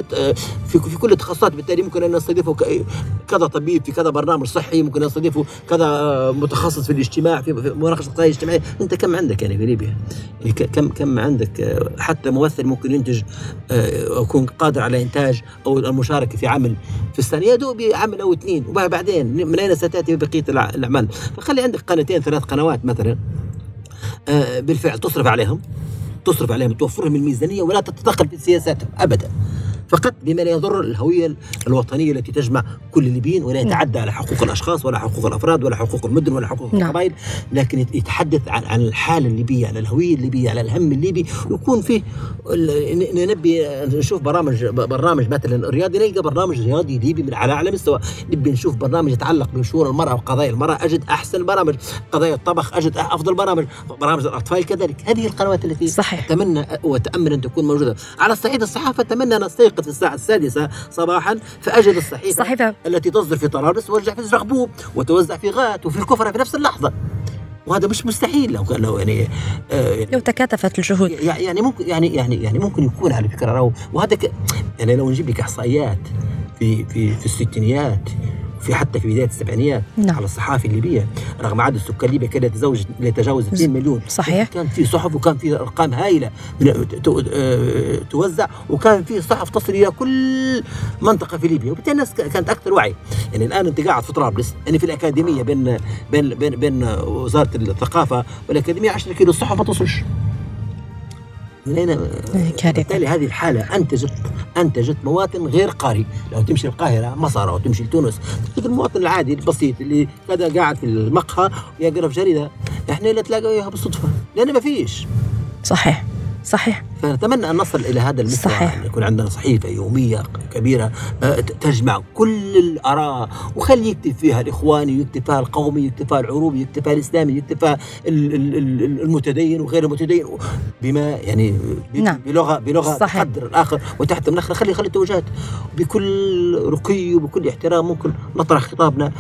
[SPEAKER 7] في كل التخصصات. بالتالي ممكن أن نستضيفوا كذا طبيب في كذا برنامج صحي، ممكن نستضيفوا كذا متخصص في الاجتماع في مناقشه قضايا اجتماعيه. انت كم عندك يعني في ليبيا؟ كم عندك حتى ممثل ممكن ينتج او يكون قادر على انتاج او المشاركه في عمل في السنه يدوب عمل او اثنين، وبعدين من اين ستاتي بقيه الاعمال؟ فخلي عندك 2 3 قنوات مثلا بالفعل تصرف عليهم توفرهم الميزانيه ولا تتدخل في سياساتهم ابدا، فقط بما لا يضر الهوية الوطنية التي تجمع كل الليبيين ولا يتعدى على حقوق الأشخاص ولا حقوق الأفراد ولا حقوق المدن ولا حقوق القبائل، لكن يتحدث عن الحالة الليبية، عن الهوية الليبية، على الهم الليبي، ويكون فيه نبي نشوف برنامج مثلا رياضي، نلقى برنامج رياضي ليبي من على مستوى، نبي نشوف برنامج يتعلق بشؤون المرأة وقضايا المرأة، أجد أحسن برامج، قضايا الطبخ أجد أفضل برامج الأطفال كذلك. هذه القنوات التي صحيح. أتمنى وأتأمل أن تكون موجودة. على الصعيد الصحافة أتمنى أن أستيقظ في الساعة 6 صباحا فأجد الصحيفة التي تصدر في طرابلس وارجع في زرقبوب وتوزع في غات وفي الكفرة في نفس اللحظة، وهذا مش مستحيل لو يعني
[SPEAKER 6] لو تكاتفت الجهود
[SPEAKER 7] يعني ممكن يعني ممكن يكون على فكرة. وهذا يعني لو نجيب لك إحصائيات في الستينيات في حتى في بداية السبعينيات على الصحافة الليبية، رغم عدد السكان ليبيا كان يتجاوز 2 مليون
[SPEAKER 6] صحيح،
[SPEAKER 7] كان في صحف وكان في أرقام هائلة توزع، وكان في صحف تصل إلى كل منطقة في ليبيا، وبالتالي الناس كانت أكثر وعي. يعني الآن أنت قاعد في طرابلس، يعني في الأكاديمية بين وزارة الثقافة والأكاديمية 10 كيلو الصحف ما تصلش. بالتالي هذه الحالة أنتجت مواطن غير قاري. لو تمشي القاهرة مصر أو تمشي لتونس تشوف المواطن العادي البسيط اللي كذا قاعد في المقهى يقرأ في جريدة، إحنا لا تلاقيها بالصدفة لأنه ما فيش.
[SPEAKER 6] صحيح.
[SPEAKER 7] فنتمنى أن نصل إلى هذا المستوى، أن يكون عندنا صحيفة يومية كبيرة تجمع كل الآراء، وخلي يكتب فيها الإخواني، يكتب فيها القومي، يكتب فيها العروبي، يكتب فيها الإسلامي، يكتب فيها المتدين وغير المتدين، بما يعني بلغة تقدر الآخر وتحت من الآخر. خلي التوجهات بكل رقي وبكل احترام، ممكن نطرح خطابنا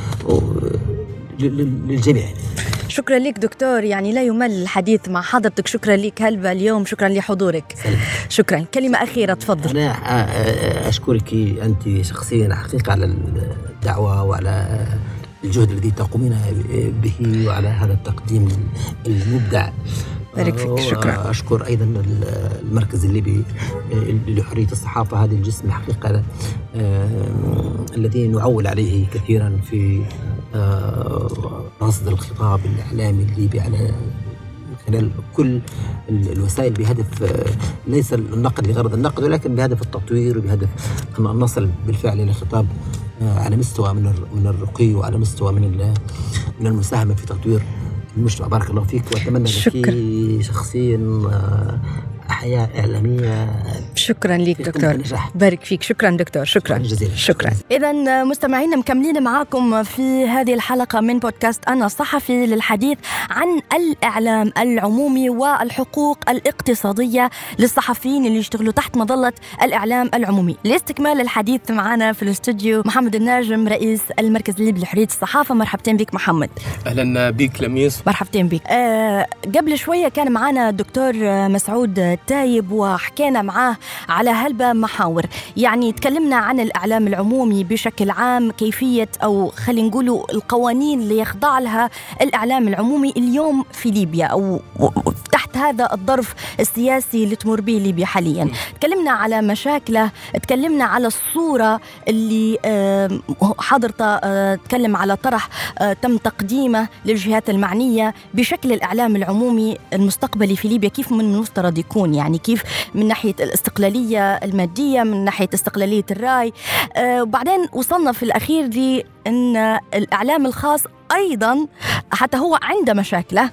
[SPEAKER 7] للجميع.
[SPEAKER 6] شكرا لك دكتور، يعني لا يمل الحديث مع حضرتك. شكرا لك هلبا اليوم، شكرا لحضورك. شكرا. كلمة أخيرة تفضل.
[SPEAKER 7] أنا أشكرك أنت شخصيا حقيقة على الدعوة وعلى الجهد الذي تقومين به وعلى هذا التقديم المبدع.
[SPEAKER 6] بارك فيك. شكرا.
[SPEAKER 7] أشكر أيضا المركز الليبي لحرية الصحافة، هذا الجسم حقيقة الذي نعول عليه كثيرا في رصد الخطاب الإعلامي الليبي على خلال كل الوسائل، بهدف ليس النقد لغرض النقد، ولكن بهدف التطوير وبهدف أن نصل بالفعل إلى خطاب على مستوى من الرقي وعلى مستوى من المساهمة في تطوير المجتمع. بارك الله فيك، وأتمنى لك شخصيا حياة إعلامية.
[SPEAKER 6] شكرا لك دكتور، بارك فيك. شكرا دكتور، شكرا
[SPEAKER 7] جزيلا.
[SPEAKER 6] شكرا. إذن مستمعينا مكملين معاكم في هذه الحلقة من بودكاست أنا صحفي للحديث عن الإعلام العمومي والحقوق الاقتصادية للصحفيين اللي يشتغلوا تحت مظلة الإعلام العمومي. لاستكمال الحديث معنا في الاستوديو محمد الناجم، رئيس المركز الليبي لحرية الصحافة. مرحبتين بك محمد.
[SPEAKER 4] أهلا بك لميس.
[SPEAKER 6] مرحبتين بك. قبل شوية كان معنا الدكتور مسعود تايب وحكينا معاه على هلبة محاور، يعني تكلمنا عن الإعلام العمومي بشكل عام، كيفية أو خلينا نقولوا القوانين اللي يخضع لها الإعلام العمومي اليوم في ليبيا أو تحت هذا الظرف السياسي اللي تمر به ليبيا حاليا. تكلمنا على مشاكله، تكلمنا على الصورة اللي حضرته تكلم على طرح تم تقديمه للجهات المعنية بشكل الإعلام العمومي المستقبلي في ليبيا، كيف من المفترض يكون، يعني كيف من ناحية الاستقلالية المادية، من ناحية استقلالية الرأي. وبعدين وصلنا في الأخير دي أن الإعلام الخاص أيضاً حتى هو عنده مشاكله،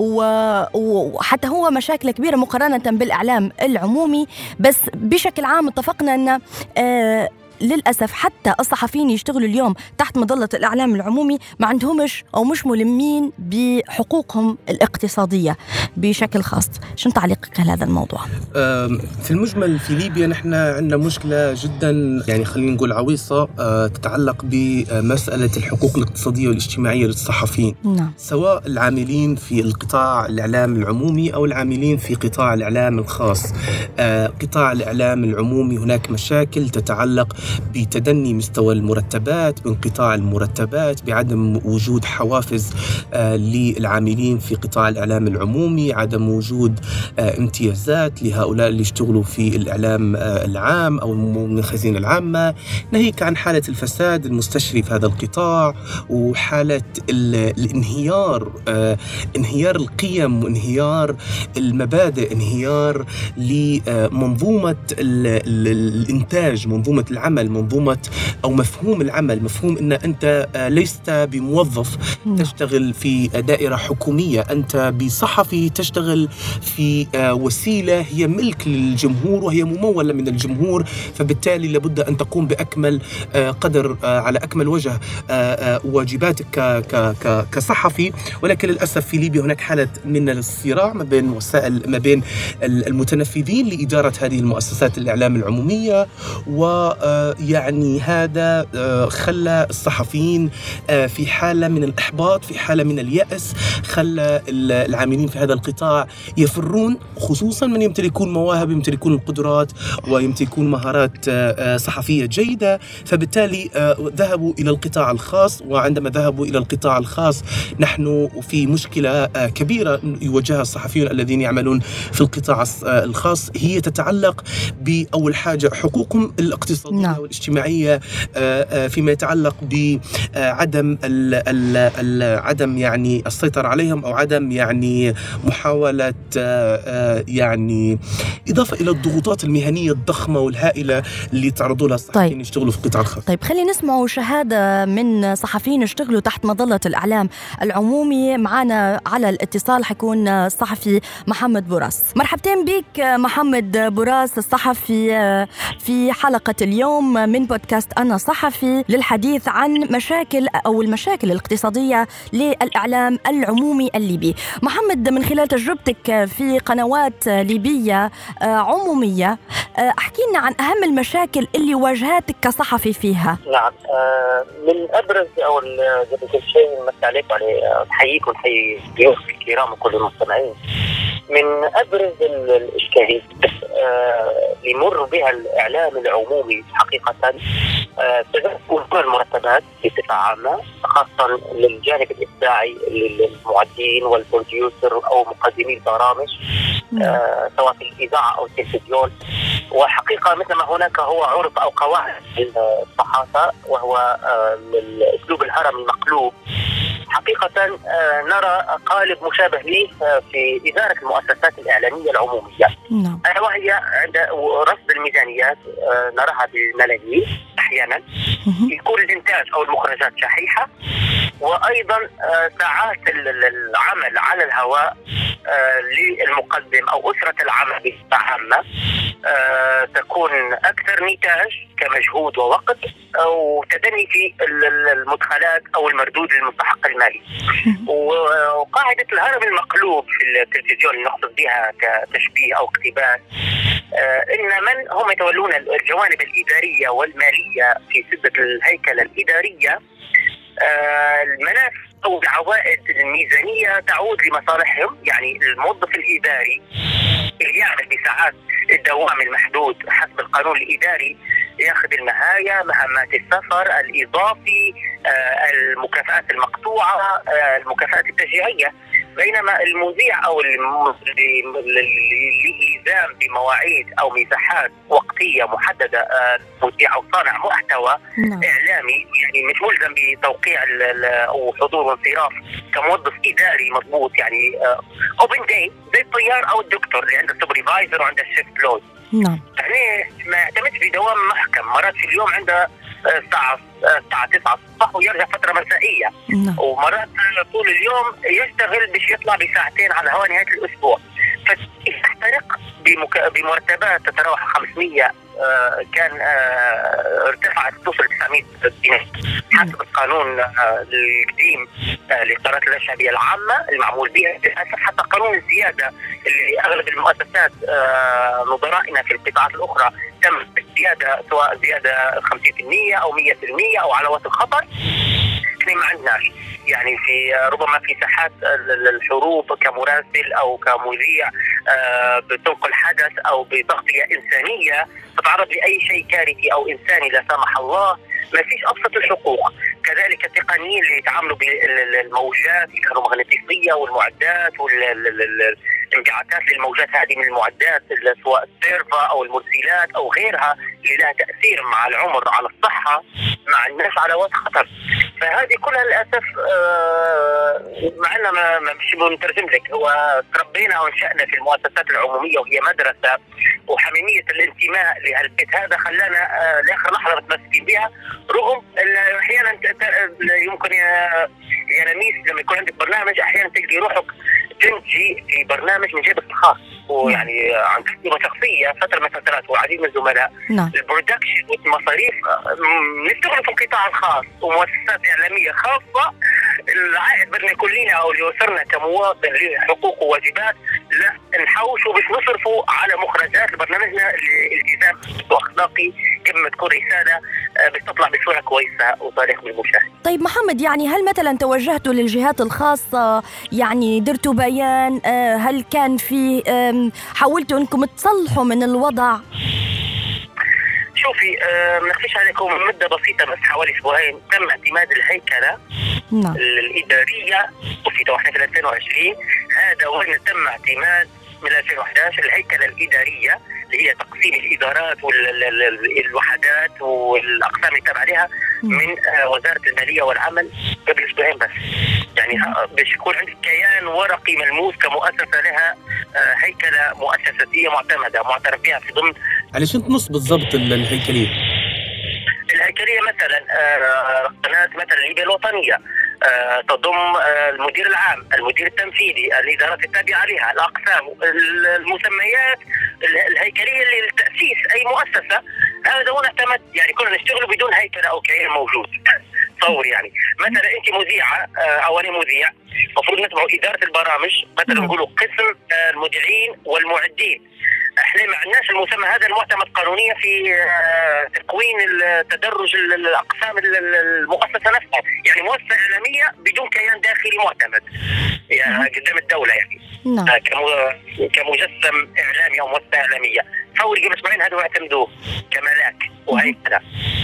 [SPEAKER 6] وحتى هو مشاكل كبيرة مقارنة بالإعلام العمومي. بس بشكل عام اتفقنا أن للأسف حتى الصحفيين يشتغلوا اليوم تحت مظلة الإعلام العمومي ما عندهمش أو مش ملمين بحقوقهم الاقتصادية بشكل خاص. شنو تعليقك على هذا الموضوع؟
[SPEAKER 4] في المجمل في ليبيا نحن عندنا مشكلة جدا، يعني خلينا نقول عويصة، تتعلق بمسألة الحقوق الاقتصادية والاجتماعية للصحفيين.
[SPEAKER 6] نعم.
[SPEAKER 4] سواء العاملين في القطاع الإعلام العمومي أو العاملين في قطاع الإعلام الخاص. قطاع الإعلام العمومي هناك مشاكل تتعلق بتدني مستوى المرتبات، بانقطاع المرتبات، بعدم وجود حوافز للعاملين في قطاع الإعلام العمومي، عدم وجود امتيازات لهؤلاء اللي يشتغلوا في الإعلام العام أو من الخزينة العامة، ناهيك عن حالة الفساد المستشري في هذا القطاع، وحالة الانهيار، انهيار القيم وانهيار المبادئ، انهيار لمنظومة الإنتاج، منظومة العمل، منظومة أو مفهوم العمل، مفهوم أن أنت لست بموظف تشتغل في دائرة حكومية، أنت بصحفي تشتغل في وسيلة هي ملك للجمهور وهي ممولة من الجمهور، فبالتالي لابد أن تقوم بأكمل قدر على أكمل وجه واجباتك كصحفي. ولكن للأسف في ليبيا هناك حالة من الصراع ما بين المتنفذين لإدارة هذه المؤسسات الإعلام العمومية، ويعني هذا خلى الصحفيين في حالة من الإحباط، في حالة من اليأس، خلى العاملين في هذا القطاع يفرون، خصوصا من يمتلكون مواهب، يمتلكون القدرات ويمتلكون مهارات صحفية جيدة، فبالتالي ذهبوا إلى القطاع الخاص. وعندما ذهبوا إلى القطاع الخاص نحن في مشكلة كبيرة يواجهها الصحفيون الذين يعملون في القطاع الخاص، هي تتعلق بأول حاجة حقوقهم الاقتصادية والاجتماعية، فيما يتعلق بعدم عدم يعني السيطرة عليهم، أو عدم يعني محاولة يعني إضافة إلى الضغوطات المهنية الضخمة والهائلة اللي تعرضوا لها الصحفيين يشتغلوا في القطاع الخاص.
[SPEAKER 6] طيب خلينا نسمعوا شهادة من صحفيين يشتغلوا تحت مظلة الإعلام العمومي. معنا على الاتصال حيكون الصحفي محمد بوراس. مرحبتين بك محمد بوراس، الصحفي في حلقة اليوم من بودكاست أنا صحفي للحديث عن مشاكل أو المشاكل الاقتصادية للإعلام العمومي الليبي. محمد، من خلال تجربتك في قنوات ليبية عمومية، احكي لنا عن أهم المشاكل اللي واجهتك كصحفي فيها.
[SPEAKER 8] نعم، من أبرز أو قبل شيء مسي عليكم، أحييكم ونحيي ضيوف الكرام وكل المستمعين. من أبرز الإشكاليات اللي يمر بها الإعلام العمومي حقيقة تدخل المرتبات بصفة عامة، خاصة للجانب الإبداعي للمعدين والبروديوسر أو مقدمي البرامج، سواء في الإذاعة أو التلفزيون. وحقيقة مثل ما هناك هو عرف أو قواعد الصحافة وهو الأسلوب الهرمي المقلوب، حقيقة نرى قالب مشابه له في إدارة المؤسسات الإعلامية العمومية، وهي عند رصد الميزانيات نراها بالملايين أحيانا، يكون الإنتاج أو المخرجات شحيحة، وأيضا ساعات العمل على الهواء للمقدم أو أسرة العمل بصفة عامة تكون أكثر نتاج كمجهود ووقت، أو تدني في المدخلات أو المردود للمستحق المالي. وقاعدة الهرم المقلوب في التلفزيون اللي نقصد بها كتشبيه أو اقتباس، إن من هم يتولون الجوانب الإدارية والمالية في سدة الهيكلة الإدارية، المنافع أو العوائد الميزانية تعود لمصالحهم. يعني الموظف الإداري اللي يعمل بساعات الدوام المحدود حسب القانون الإداري يأخذ المهاية، مهمات السفر الإضافي، المكافآت المقطوعة، المكافآت التشجيعية، بينما المذيع أو الالتزام بمواعيد أو مساحات وقتية محددة، مذيع أو صانع محتوى إعلامي يعني مش ملزم بتوقيع أو حضور وانصراف كموظف إداري مضبوط، يعني اوبن داي زي الطيار أو الدكتور اللي عنده السوبرفايزر وعنده الشيفت لود. يعني ما يعتمدش بدوام محكم، مرات في اليوم عنده الساعة 9 الصبح ويرجع فترة مسائية، ومرات طول اليوم يشتغل باش يطلع بساعتين على هوا نهاية الأسبوع، فتحترق بمرتبات تتراوح 500 كان ارتفعت توصل 900 جنيه حسب القانون القديم لإدارة الشعبية العامة المعمول بها. للأسف حتى قانون الزيادة اللي أغلب المؤسسات نظرائنا في القطاعات الأخرى تم الزيادة، سواء زيادة 50% أو 100% أو على وقت الخطر، احنا ما عندناش. يعني في ربما في ساحات الحروب كمراسل او كمذيع بتنقل حدث او بتغطية إنسانية تتعرض لأي شيء كارثي او إنساني لا سمح الله، ما فيش أبسط الحقوق. كذلك التقنيين اللي يتعاملوا بالموجات الكهرومغناطيسية والمعدات والانبعاثات للموجات هذه من المعدات سواء السيرفا أو المرسلات أو غيرها اللي لها تأثير مع العمر على الصحة مع الناس على وقت خطر. فهذه كلها للأسف معنا ما مش بنترجم لك. هو تربينا وانشأنا في المؤسسات العمومية وهي مدرسة، وحميمية الانتماء لهالبيت هذا خلانا لآخر لحظة متمسكين بها، رغم أحيانا يمكن يا نميس لما يكون عندك برنامج أحيانا تلقي روحك تنجي في برنامج من جيبك الخاص، ويعني عن تجربة شخصية فترة من الفترات وعديد من الزملاء البرودكشن والمصاريف نشتغل في القطاع الخاص ومؤسسات إعلامية خاصة. العائد بدنا كلنا أو اللي وصلنا كمواطن له حقوق وواجبات لا نحوشه باش نصرفه على مخرجات لبرنامجنا الالتزام واخلاقي كما تكون رسالة باش تطلع بصورة كويسة وصالحة بالمشاهد.
[SPEAKER 6] طيب محمد، يعني هل مثلا توجهتوا للجهات الخاصة، يعني درتوا بيان، هل كان في حاولتوا انكم تصلحوا من الوضع؟
[SPEAKER 8] شوفي ما نخفيش عليكم، من مدة بسيطة بس حوالي أسبوعين تم اعتماد الهيكلة الإدارية وفي توحيد 2020. هذا وين تم اعتماد من 2011 الهيكلة الإدارية اللي هي تقسيم الإدارات والوحدات والأقسام اللي تابعة لها من وزارة المالية والعمل قبل أسبوعين بس. يعني باش يكون عندك كيان ورقي ملموس كمؤسسة لها هيكلة مؤسساتية معتمدة معترف بها في ضمن.
[SPEAKER 4] على شو تنص بالضبط الهيكلية؟
[SPEAKER 8] الهيكلية مثلا قناة مثلا الليبيا الوطنية تضم المدير العام، المدير التنفيذي، الإدارات التابعة لها، الأقسام، المسميات الهيكلية للتأسيس أي مؤسسة. هذا هو نعتمد، يعني كنا نشتغل بدون هيكلة أو كيان موجود. تصور يعني مثلا أنت مذيعة أو أنا مذيع، المفروض نتبع إدارة البرامج مثلا نقولوا قسم المذيعين والمعدين. احنا ما عندناش المسمى هذا المعتمد قانونيا في تكوين تدرج الاقسام المؤسسه نفسها، يعني مؤسسه اعلاميه بدون كيان داخلي معتمد يعني قدام الدوله، يعني كمجسم اعلامي او مؤسسه اعلاميه. فوري قبل اسبوعين هذا يعتمدوه كملاك وهيكله.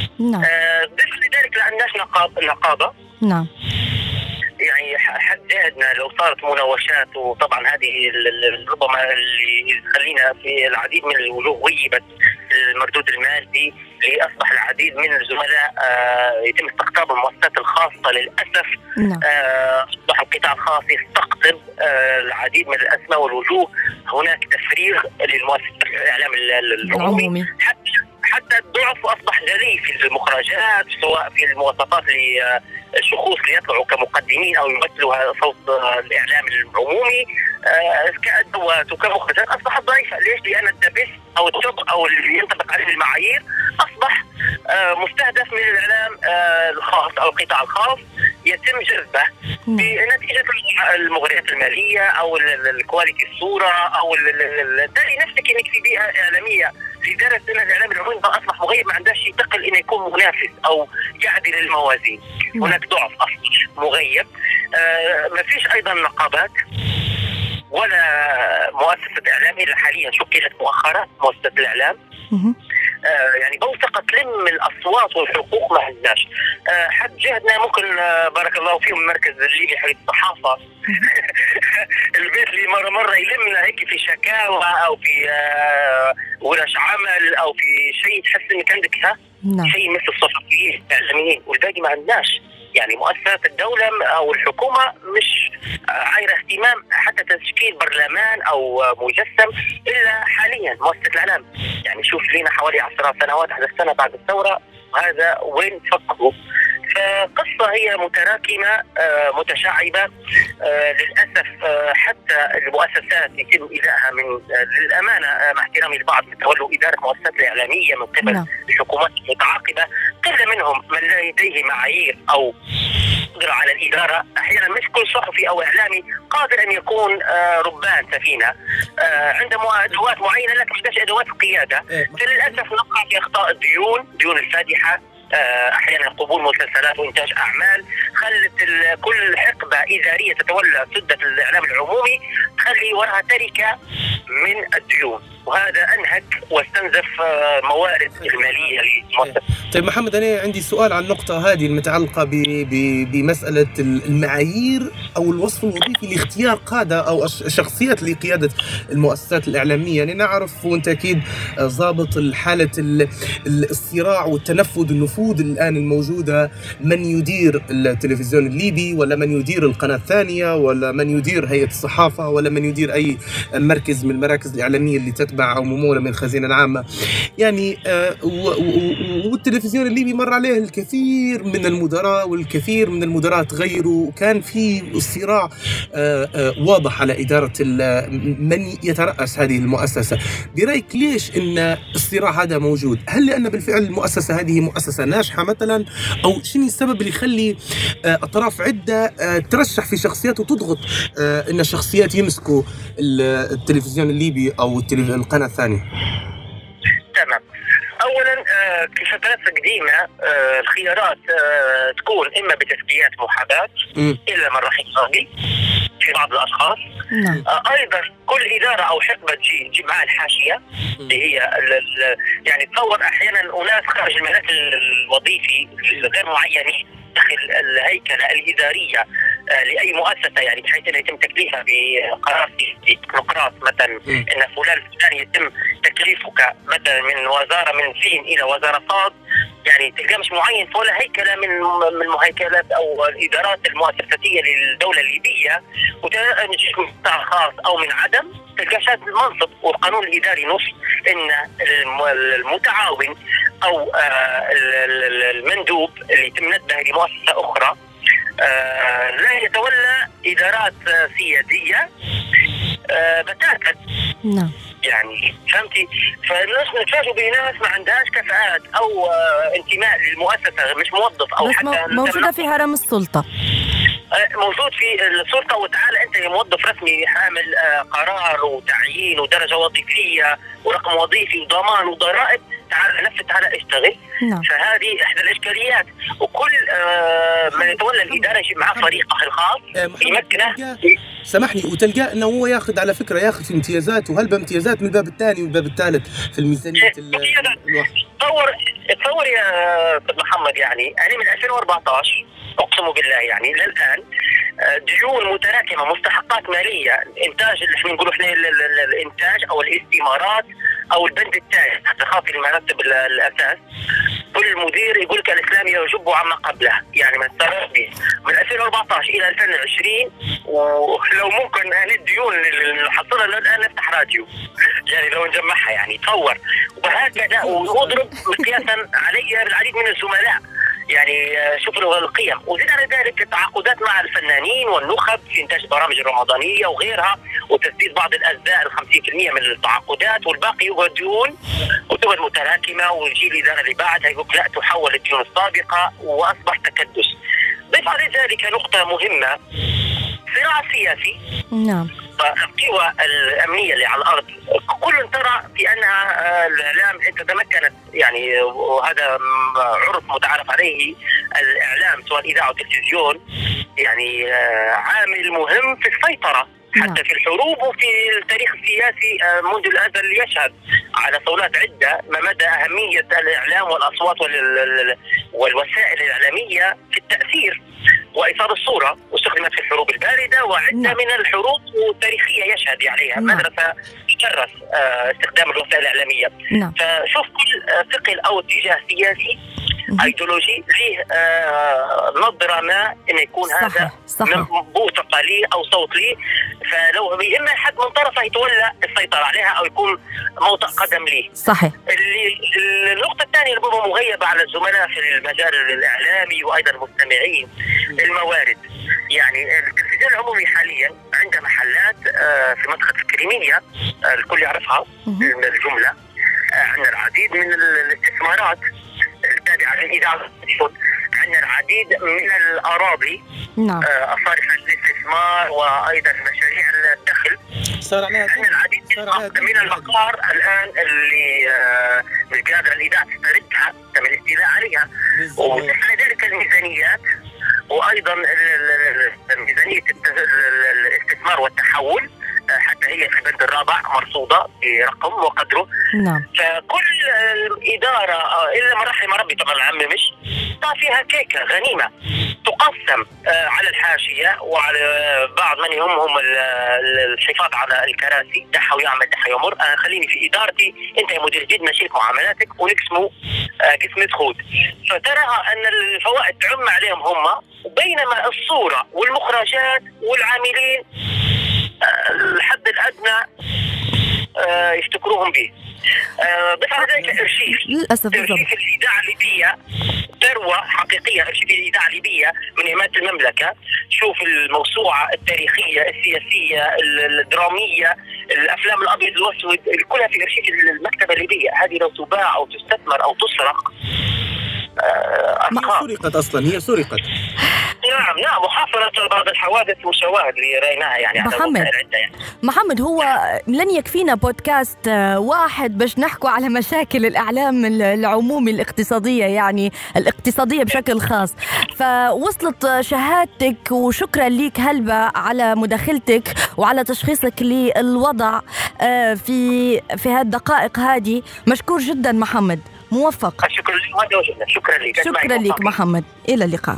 [SPEAKER 8] ضمن ذلك لا عندناش نقابه.
[SPEAKER 6] نعم.
[SPEAKER 8] يعني حددنا لو صارت مناوشات، وطبعا هذه ربما اللي خلينا في العديد من الوجوه غيبت المردود المادي، اللي أصبح العديد من الزملاء يتم استقطاب المؤسسات الخاصة للأسف. أصبح القطاع الخاص يستقطب العديد من الأسماء والوجوه. هناك تفريغ للمؤسسات الإعلام العمومي، حتى الضعف أصبح جلي في المخرجات، سواء في المواصفات للشخوص اللي يطلعوا كمقدمين أو يمثلوا صوت الإعلام العمومي كأدوات وكمخرجات أصبحت ضعيفة. ليش؟ لأن الدبس أو التوب أو اللي ينطبق عليه المعايير أصبح مستهدف من الإعلام الخاص أو القطاع الخاص، يتم جذبه بنتيجة المغريات المالية أو الكواليتي الصورة أو تالي نفسك إنك في بيئة إعلامية لدرجة أن الإعلام العمومي أصبح مغيب، ما عندهش يتقل إنه يكون منافس أو يعدل الموازين. هناك ضعف أصبح مغيب. ما فيش أيضا نقابات ولا مؤسسة إعلام إلا حاليا شكلت مؤخرا مؤسسة الإعلام. يعني بوثقة تلم الأصوات والحقوق ما عندناش. حد جهدنا ممكن بارك الله فيهم المركز الليبي حق الصحافة البيت اللي مرة يلمنا هيك في شكاوى أو في ورش عمل أو في شيء تحس إنك عندك شيء مثل الصحفيين الإعلاميين، والباقي ما عندناش. يعني مؤسسات الدولة أو الحكومة مش عايرة اهتمام حتى تشكيل برلمان أو مجسم إلا حاليا مؤسسة الإعلام. يعني شوف لينا حوالي 10 سنوات 11 سنة بعد الثورة، هذا وين فقدوا. فقصة هي متراكمة متشعبة للأسف. حتى المؤسسات يتم إلغائها من للأمانة مع احترامي البعض تولوا إدارة مؤسسات الإعلامية من قبل الحكومات المتعاقبة، قل منهم من لديه معايير أو قدرة على الإدارة. أحيانا مش كل صحفي أو إعلامي قادر أن يكون ربان سفينة، عنده أدوات معينة لكن محتاج أدوات القيادة. فللأسف نقع في أخطاء الديون الفادحة احيانا قبول مسلسلات وانتاج اعمال، خلت كل حقبه اداريه تتولى سده الاعلام العمومي تخلي وراها تركه من الديون، وهذا انهك واستنزف موارد الماليه للمؤسسه.
[SPEAKER 4] طيب محمد، انا عندي سؤال عن النقطه هذه المتعلقه بمساله المعايير او الوصف الوظيفي لاختيار قاده او شخصيات لقياده المؤسسات الاعلاميه. يعني نعرف وانت اكيد ضابط حاله الصراع والتنفذ النفوذ الان الموجوده، من يدير التلفزيون الليبي، ولا من يدير القناه الثانيه، ولا من يدير هيئه الصحافه، ولا من يدير اي مركز من المراكز الاعلاميه اللي تتبع او مموله من الخزينه العامه. يعني والتلفزيون الليبي مر عليه الكثير من المدراء، والكثير من المدراء تغيروا، وكان في صراع واضح على اداره من يترأس هذه المؤسسه. برايك ليش ان الصراع هذا موجود؟ هل لان بالفعل المؤسسه هذه مؤسسه ناجحه مثلا، او شنو السبب اللي يخلي اطراف عده ترشح في شخصيات وتضغط ان الشخصيات يمسكوا التلفزيون الليبي او القناه الثانيه؟
[SPEAKER 8] تمام. اولا في فترات قديمه الخيارات تكون اما بتسميات محاباه الا من رحم ربي في بعض الاشخاص. ايضا كل اداره او حقبه تجي مع الحاشيه اللي هي يعني تصور احيانا اناس خارج الملف الوظيفي غير معينين داخل الهيكله الاداريه لاي مؤسسه، يعني بحيث انه يتم تكليفها بقرار تكنوقراط مثلا ان فلان الفلاني يتم تكليفك مثلا من وزاره من سين الى وزاره صاد، يعني تلقى مش معين في ولا هيكله من المهيكلات او الادارات المؤسساتيه للدوله الليبيه، وتجيك من قطاع خاص او من عدم تلقى شاد المنصب. والقانون الاداري نص ان المتعاون او المندوب اللي يتم نده لمؤسسه اخرى لا يتولى ادارات سياديه بتاتا.
[SPEAKER 6] نعم.
[SPEAKER 8] يعني فهمتي؟ فالناس نتفاجئ بناس ما عندهاش كفاءات او انتماء للمؤسسه، مش موظف او
[SPEAKER 6] بس
[SPEAKER 8] حتى
[SPEAKER 6] موجوده في هرم السلطه،
[SPEAKER 8] موجود في السلطه. وتعالى انت يا موظف رسمي حامل قرار وتعيين ودرجه وظيفيه ورقم وظيفي وضمان وضرائب، تعال نفذ، تعال اشتغل. فهذه احدى الاشكاليات. وكل من يتولى الاداره يجيب معاه فريقه الخاص يمكنه.
[SPEAKER 4] سامحني، وتلقاه انه هو ياخذ على فكره ياخذ في امتيازات، وهلبة امتيازات من الباب الثاني والباب الثالث في الميزانيه
[SPEAKER 8] تصور يا استاذ محمد، يعني انا من 2014 اقسم بالله يعني للان ديون متراكمه، مستحقات ماليه، انتاج اللي احنا نقول احنا الانتاج او الاستثمارات او البند الثاني حتى خاف المرتب الاساس. كل مدير يقول لك الاسلام يجب عما قبله، يعني من 2014 الى 2020. ولو ممكن الديون اللي حصلها الان نفتح راديو يعني لو نجمعها، يعني تصور. وهكذا واضرب مقياسا علي بالعديد من الزملاء، يعني شوفوا القيم. وزيد على ذلك التعاقدات مع الفنانين والنخب في انتاج البرامج الرمضانيه وغيرها، وتسديد بعض الاجزاء 50% من التعاقدات، والباقي يقعد ديون وتقعد متراكمه، ويجي الاداره اللي بعدها يقول لا تحول الديون السابقه، واصبح تكدس. ضيف على ذلك نقطه مهمه، صراع سياسي.
[SPEAKER 6] نعم.
[SPEAKER 8] القوى الامنيه اللي على الارض كل ترى في انها الاعلام تتمكنت، يعني وهذا عرف متعارف عليه، الاعلام سواء الاذاعه والتلفزيون يعني عامل مهم في السيطره حتى في الحروب وفي التاريخ السياسي منذ الازل يشهد على صولات عده ما مدى اهميه الاعلام والاصوات والوسائل الاعلاميه في التاثير وايصال الصوره، واستخدمت في الحروب البارده وعده من الحروب التاريخيه يشهد عليها مدرسه تكرس استخدام الوسائل الاعلاميه. فشوف كل ثقل او اتجاه سياسي ايديولوجي له نظره ما انه يكون هذا بوثقه لي او صوت لي، فلو اما حد من طرفه يتولى السيطره عليها او يكون موطئ قدم ليه.
[SPEAKER 6] صحيح.
[SPEAKER 8] النقطه الثانيه اللي ربما مغيبه على الزملاء في المجال الاعلامي وايضا المستمعين، الموارد. يعني التلفزيون العمومي حاليا عنده محلات في منطقه الكريميه الكل يعرفها الجمله، عندنا العديد من الاستثمارات التابعه للاذاعه، عندنا العديد من الاراضي الصالحه للاستثمار وايضا مشاريع الدخل. عندنا العديد من المقار الان اللي مش قادرة الإذاعة تستردها تم الاستيلاء عليها، وتحمل ذلك الميزانيات وأيضا ميزانية الاستثمار والتحول حتى هي في البند الرابع مرصودة برقم وقدره.
[SPEAKER 6] نعم.
[SPEAKER 8] فكل إدارة إلا من رحم ربي طبعا العام مش فيها كيكة غنيمة تقسم على الحاشية وعلى بعض من يهمهم الحفاظ على الكراسي، دحى ويعمل دحى يمر. خليني في إدارتي، أنت يا مدير جد ماشي معاملاتك ونقسموا قسمة خود، فتراها أن الفوائد تعم عليهم هم، بينما الصورة والمخرجات والعاملين الحد الأدنى يفتكروهم به. بس على ذلك إرشيف
[SPEAKER 6] للأسف
[SPEAKER 8] إرشيف الإذاعة الليبية ثروة حقيقية. إرشيف الإذاعة الليبية من إمامة المملكة، شوف الموسوعة التاريخية السياسية الدرامية الأفلام الأبيض والأسود كلها في إرشيف المكتبة الليبية. هذه لو تباع أو تستثمر أو تسرق
[SPEAKER 4] هي سرقت أصلا، هي سرقت.
[SPEAKER 8] نعم محافظة بعض الحوادث والشواهد اللي رأيناها يعني.
[SPEAKER 6] محمد هو لن يكفينا بودكاست واحد باش نحكوا على مشاكل الإعلام العمومي الاقتصادية، يعني الاقتصادية بشكل خاص. فوصلت شهادتك وشكرا ليك هلبة على مداخلتك وعلى تشخيصك للوضع في هذه الدقائق هذه. مشكور جدا محمد، موفق.
[SPEAKER 8] شكرا لك.
[SPEAKER 6] شكرا لك محمد، إلى اللقاء.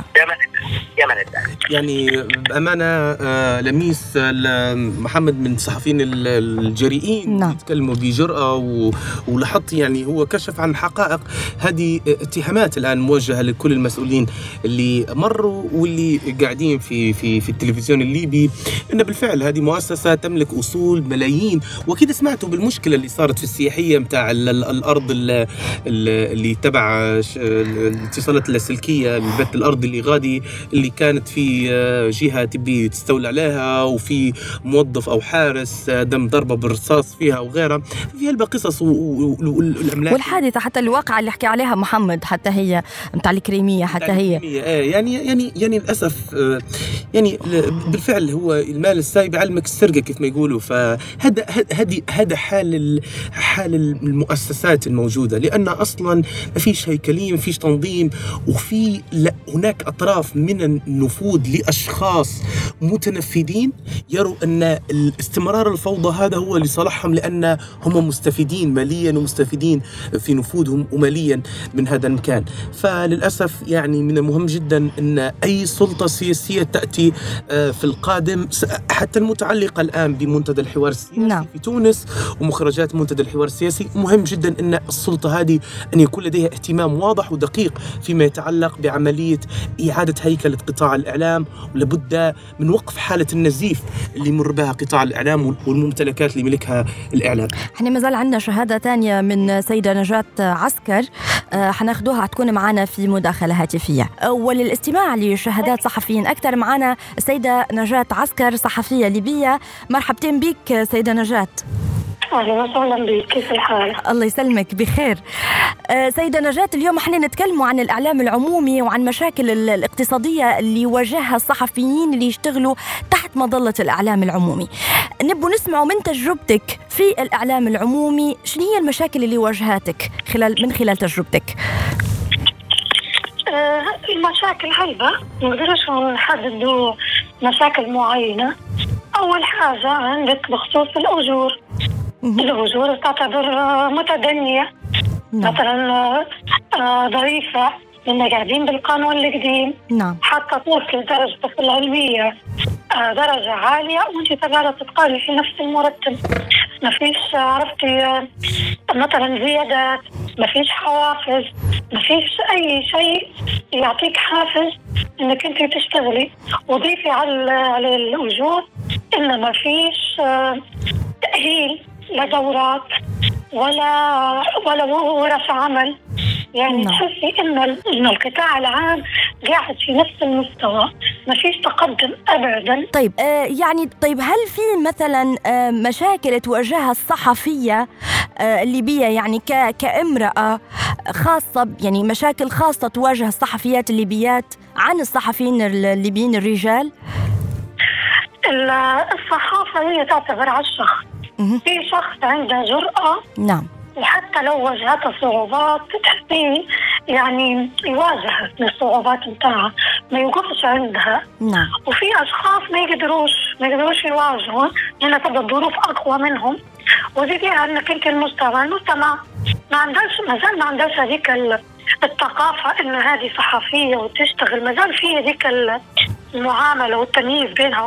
[SPEAKER 4] يعني بأمانة لميس محمد من الصحفيين الجريئين.
[SPEAKER 6] نعم.
[SPEAKER 4] يتكلموا بجرأة ولاحظت يعني هو كشف عن حقائق. هذه اتهامات الآن موجهة لكل المسؤولين اللي مروا واللي قاعدين في التلفزيون الليبي، إن بالفعل هذه مؤسسة تملك أصول ملايين. وكده سمعتوا بالمشكلة اللي صارت في السياحية متاع الأرض اللي تبع الاتصالات اللاسلكية، البث الأرض اللي غادي اللي كانت في جهة تبي تستولى عليها، وفي موظف أو حارس دم ضربة بالرصاص فيها وغيرها. في هلبة قصص والأملاك
[SPEAKER 6] والحادثة حتى الواقعة اللي حكي عليها محمد، حتى هي متاع الكريمية، حتى هي
[SPEAKER 4] يعني للأسف يعني بالفعل هو المال السايب علمك السرقة كيف ما يقولوا. فهذا حال المؤسسات الموجودة، لأن أصلا ما فيش هيكلية، ما فيش تنظيم، وفي هناك أطراف من النفوذ لأشخاص متنفذين يروا أن الاستمرار الفوضى هذا هو لصالحهم، لأن هم مستفيدين ماليا ومستفيدين في نفوذهم وماليا من هذا المكان. فللأسف يعني من المهم جدا أن أي سلطة سياسية تأتي في القادم، حتى المتعلقة الآن بمنتدى الحوار السياسي.
[SPEAKER 6] نعم.
[SPEAKER 4] في تونس ومخرجات منتدى الحوار السياسي، مهم جدا أن السلطة هذه أن يكون لديها اهتمام واضح ودقيق فيما يتعلق بعملية إعادة هيكلة قطاع الإعلام، ولابد من وقف حالة النزيف اللي يمر بها قطاع الإعلام والممتلكات اللي يملكها الإعلام.
[SPEAKER 6] احنا مازال عندنا شهادة تانية من سيدة نجاة عسكر، حناخدوها تكون معنا في مداخلة هاتفية. وللاستماع لشهادات صحفيين أكثر معنا السيدة نجاة عسكر، صحفية ليبية. مرحبتين بك سيدة نجاة.
[SPEAKER 9] أهلا وسهلا بك، كيف الحال؟
[SPEAKER 6] الله يسلمك، بخير. سيدة نجاة، اليوم احنا نتكلموا عن الإعلام العمومي وعن مشاكل الاقتصادية اللي واجهها الصحفيين اللي يشتغلوا تحت مظلة الإعلام العمومي. نبوا نسمعوا من تجربتك في الإعلام العمومي، شنو هي المشاكل اللي واجهتك من خلال تجربتك؟
[SPEAKER 9] المشاكل هلبة، نقدرش نحددوا مشاكل معينة. أول حاجة عندك بخصوص الأجور. الأجور تعتبر متدنية، مثلا ضعيفة، لأننا قاعدين بالقانون القديم.
[SPEAKER 6] نعم.
[SPEAKER 9] حتى توصل درجتك العلمية درجة عالية وانت تقدر تتقالي في نفس المرتب. ما فيش عرفتي مثلا زيادات، ما فيش حوافز، ما فيش أي شيء يعطيك حافز انك انت تشتغلي. وضيفي على الأجور إن ما فيش تأهيل لدورات ولا ورش عمل. يعني تحسي إن القطاع العام قاعد في نفس المستوى، ما فيش تقدم أبدا.
[SPEAKER 6] طيب هل في مثلا مشاكل تواجهها الصحفية الليبية، يعني كامرأة خاصة، يعني مشاكل خاصة تواجه الصحفيات الليبيات عن الصحفيين الليبيين الرجال؟
[SPEAKER 9] الصحافة هي تعتبر على الشخص. في شخص عنده جرأة،
[SPEAKER 6] نعم،
[SPEAKER 9] وحتى لو واجهتها صعوبات تحسيه يعني يواجه الصعوبات متاعها، ما يوقفش عندها.
[SPEAKER 6] نعم.
[SPEAKER 9] وفي أشخاص ما يقدروش يواجهوا لأن تبقى الظروف أقوى منهم. وزيدها أنك أنت المجتمع ما زال ما عندهاش هذيك الثقافة إن هذه صحفية وتشتغل، ما زال في هذيك المعاملة والتمييز بينها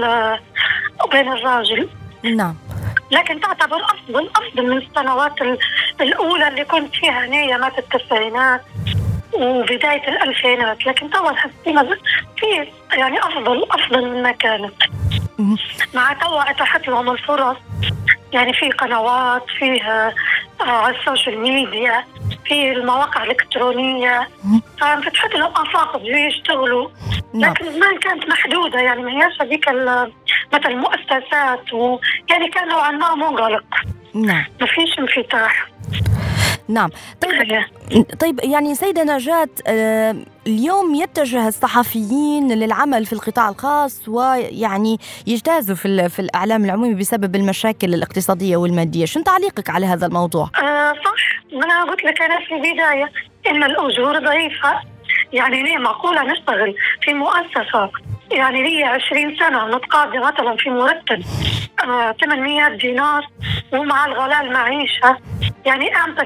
[SPEAKER 9] وبين الراجل.
[SPEAKER 6] نعم.
[SPEAKER 9] لكن تعتبر أفضل من السنوات الأولى اللي كنت فيها هنا مات التسعينات وبداية الألفينات. لكن طبعا حسينا في يعني أفضل مما كانت. مع توا أتاحت لهم الفرص، يعني في قنوات فيها على السوشيال ميديا، في المواقع الإلكترونية، ففتحت لهم آفاق يشتغلوا. لكن زمان كانت محدودة، يعني ما هياش هذيك مثل المؤسسات، ويعني كان نوعا ما منغلق.
[SPEAKER 6] نعم.
[SPEAKER 9] ما فيش انفتاح.
[SPEAKER 6] نعم. طيب يعني سيدة نجاة، اليوم يتجه الصحفيين للعمل في القطاع الخاص ويعني يجتازوا في الإعلام العمومي بسبب المشاكل الاقتصادية والمادية. شو تعليقك على هذا الموضوع؟
[SPEAKER 9] صح، أنا قلت لك أنا في البداية إن الأجور ضعيفة. يعني ليه معقولة نشتغل في مؤسسة يعني لي 20 سنة نتقاضي مثلا في مرتب 800 دينار، ومع الغلاء المعيشة يعني أمتى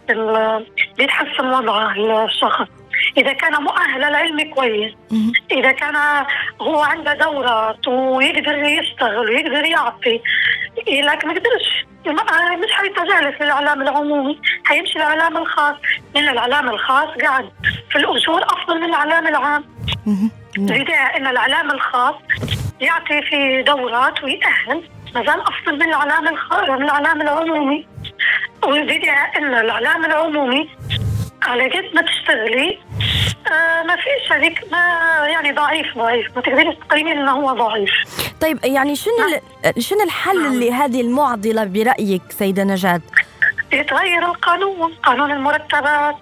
[SPEAKER 9] بيتحسن وضع الشخص؟ إذا كان مؤهل العلم كويس، إذا كان هو عنده دورات ويقدر يشتغل ويقدر يعطي، لكن ما يقدرش، مش حيتجالس للإعلام العمومي، حيمشي للإعلام الخاص، لأن الإعلام الخاص قاعد في الأجور أفضل من الإعلام العام. بداية إن الإعلام الخاص يعطي في دورات ويأهل، مازال أفضل من الإعلام العمومي. وبداية إن الإعلام العمومي على قد ما تشتغلي ما فيش هذيك، ما يعني ضعيف ما تقدري تقيمين إنه هو ضعيف.
[SPEAKER 6] طيب يعني شنو الحل لهذه المعضلة برأيك سيدة نجاة؟
[SPEAKER 9] يتغير قانون المرتبات،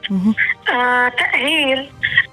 [SPEAKER 9] تأهيل،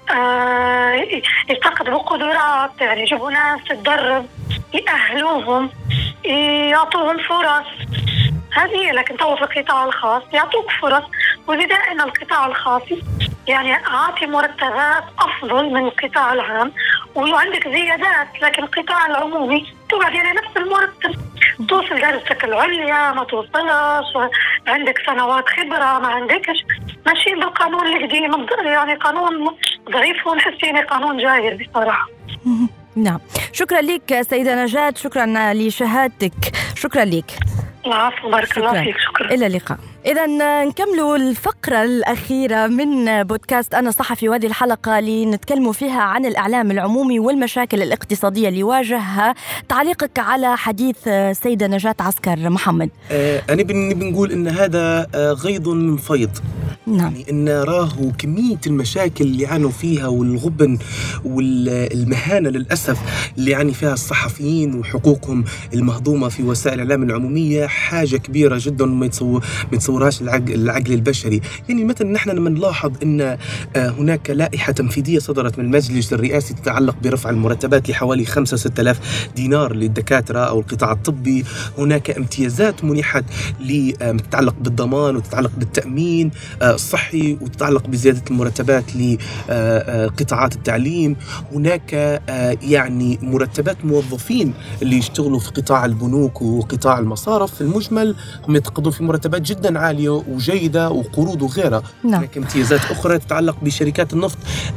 [SPEAKER 9] يفتقدوا قدرات، يعني يجيبوا ناس تدرب يأهلوهم، يعطوهم فرص. هذه لكن تو في القطاع الخاص يعطوك فرص، وإذا أن القطاع الخاص يعني أعطي مرتبات أفضل من القطاع العام وعندك زيادات، لكن القطاع العمومي تقعد يعني نفس المرتب، توصل درجتك العليا ما توصلش، عندك سنوات خبرة ما عندكش، ماشيين بالقانون القديم، يعني قانون ضعيف ونحس يعني قانون جاهل بصراحة.
[SPEAKER 6] نعم. شكرا لك سيدة نجاة، شكرا لشهادتك، شكرا لك.
[SPEAKER 9] العفو، بارك الله فيك، شكرا.
[SPEAKER 6] إلى اللقاء. إذا نكمل الفقرة الأخيرة من بودكاست أنا صحفي، وهذه الحلقة اللي نتكلموا فيها عن الإعلام العمومي والمشاكل الاقتصادية اللي واجهها. تعليقك على حديث سيدة نجاة عسكر محمد؟
[SPEAKER 4] أنا بنقول إن هذا غيض من فيض.
[SPEAKER 6] نعم.
[SPEAKER 4] يعني إن راه كمية المشاكل اللي يعانوا فيها والغبن والمهانة للأسف اللي يعاني فيها الصحفيين وحقوقهم المهضومة في وسائل الإعلام العمومية حاجة كبيرة جدا ما يتصورهاش العقل البشري. يعني مثلا نحن لما نلاحظ أن هناك لائحة تنفيذية صدرت من المجلس الرئاسي تتعلق برفع المرتبات لحوالي 5-6 آلاف دينار للدكاترة أو القطاع الطبي. هناك امتيازات منحت تتعلق بالضمان وتتعلق بالتأمين الصحي وتتعلق بزيادة المرتبات لقطاعات التعليم. هناك يعني مرتبات موظفين اللي يشتغلوا في قطاع البنوك وقطاع المصارف في المجمل هم يتقاضون في مرتبات جدا عالية وجيدة وقروض وغيرها. هناك امتيازات أخرى تتعلق بشركات النفط.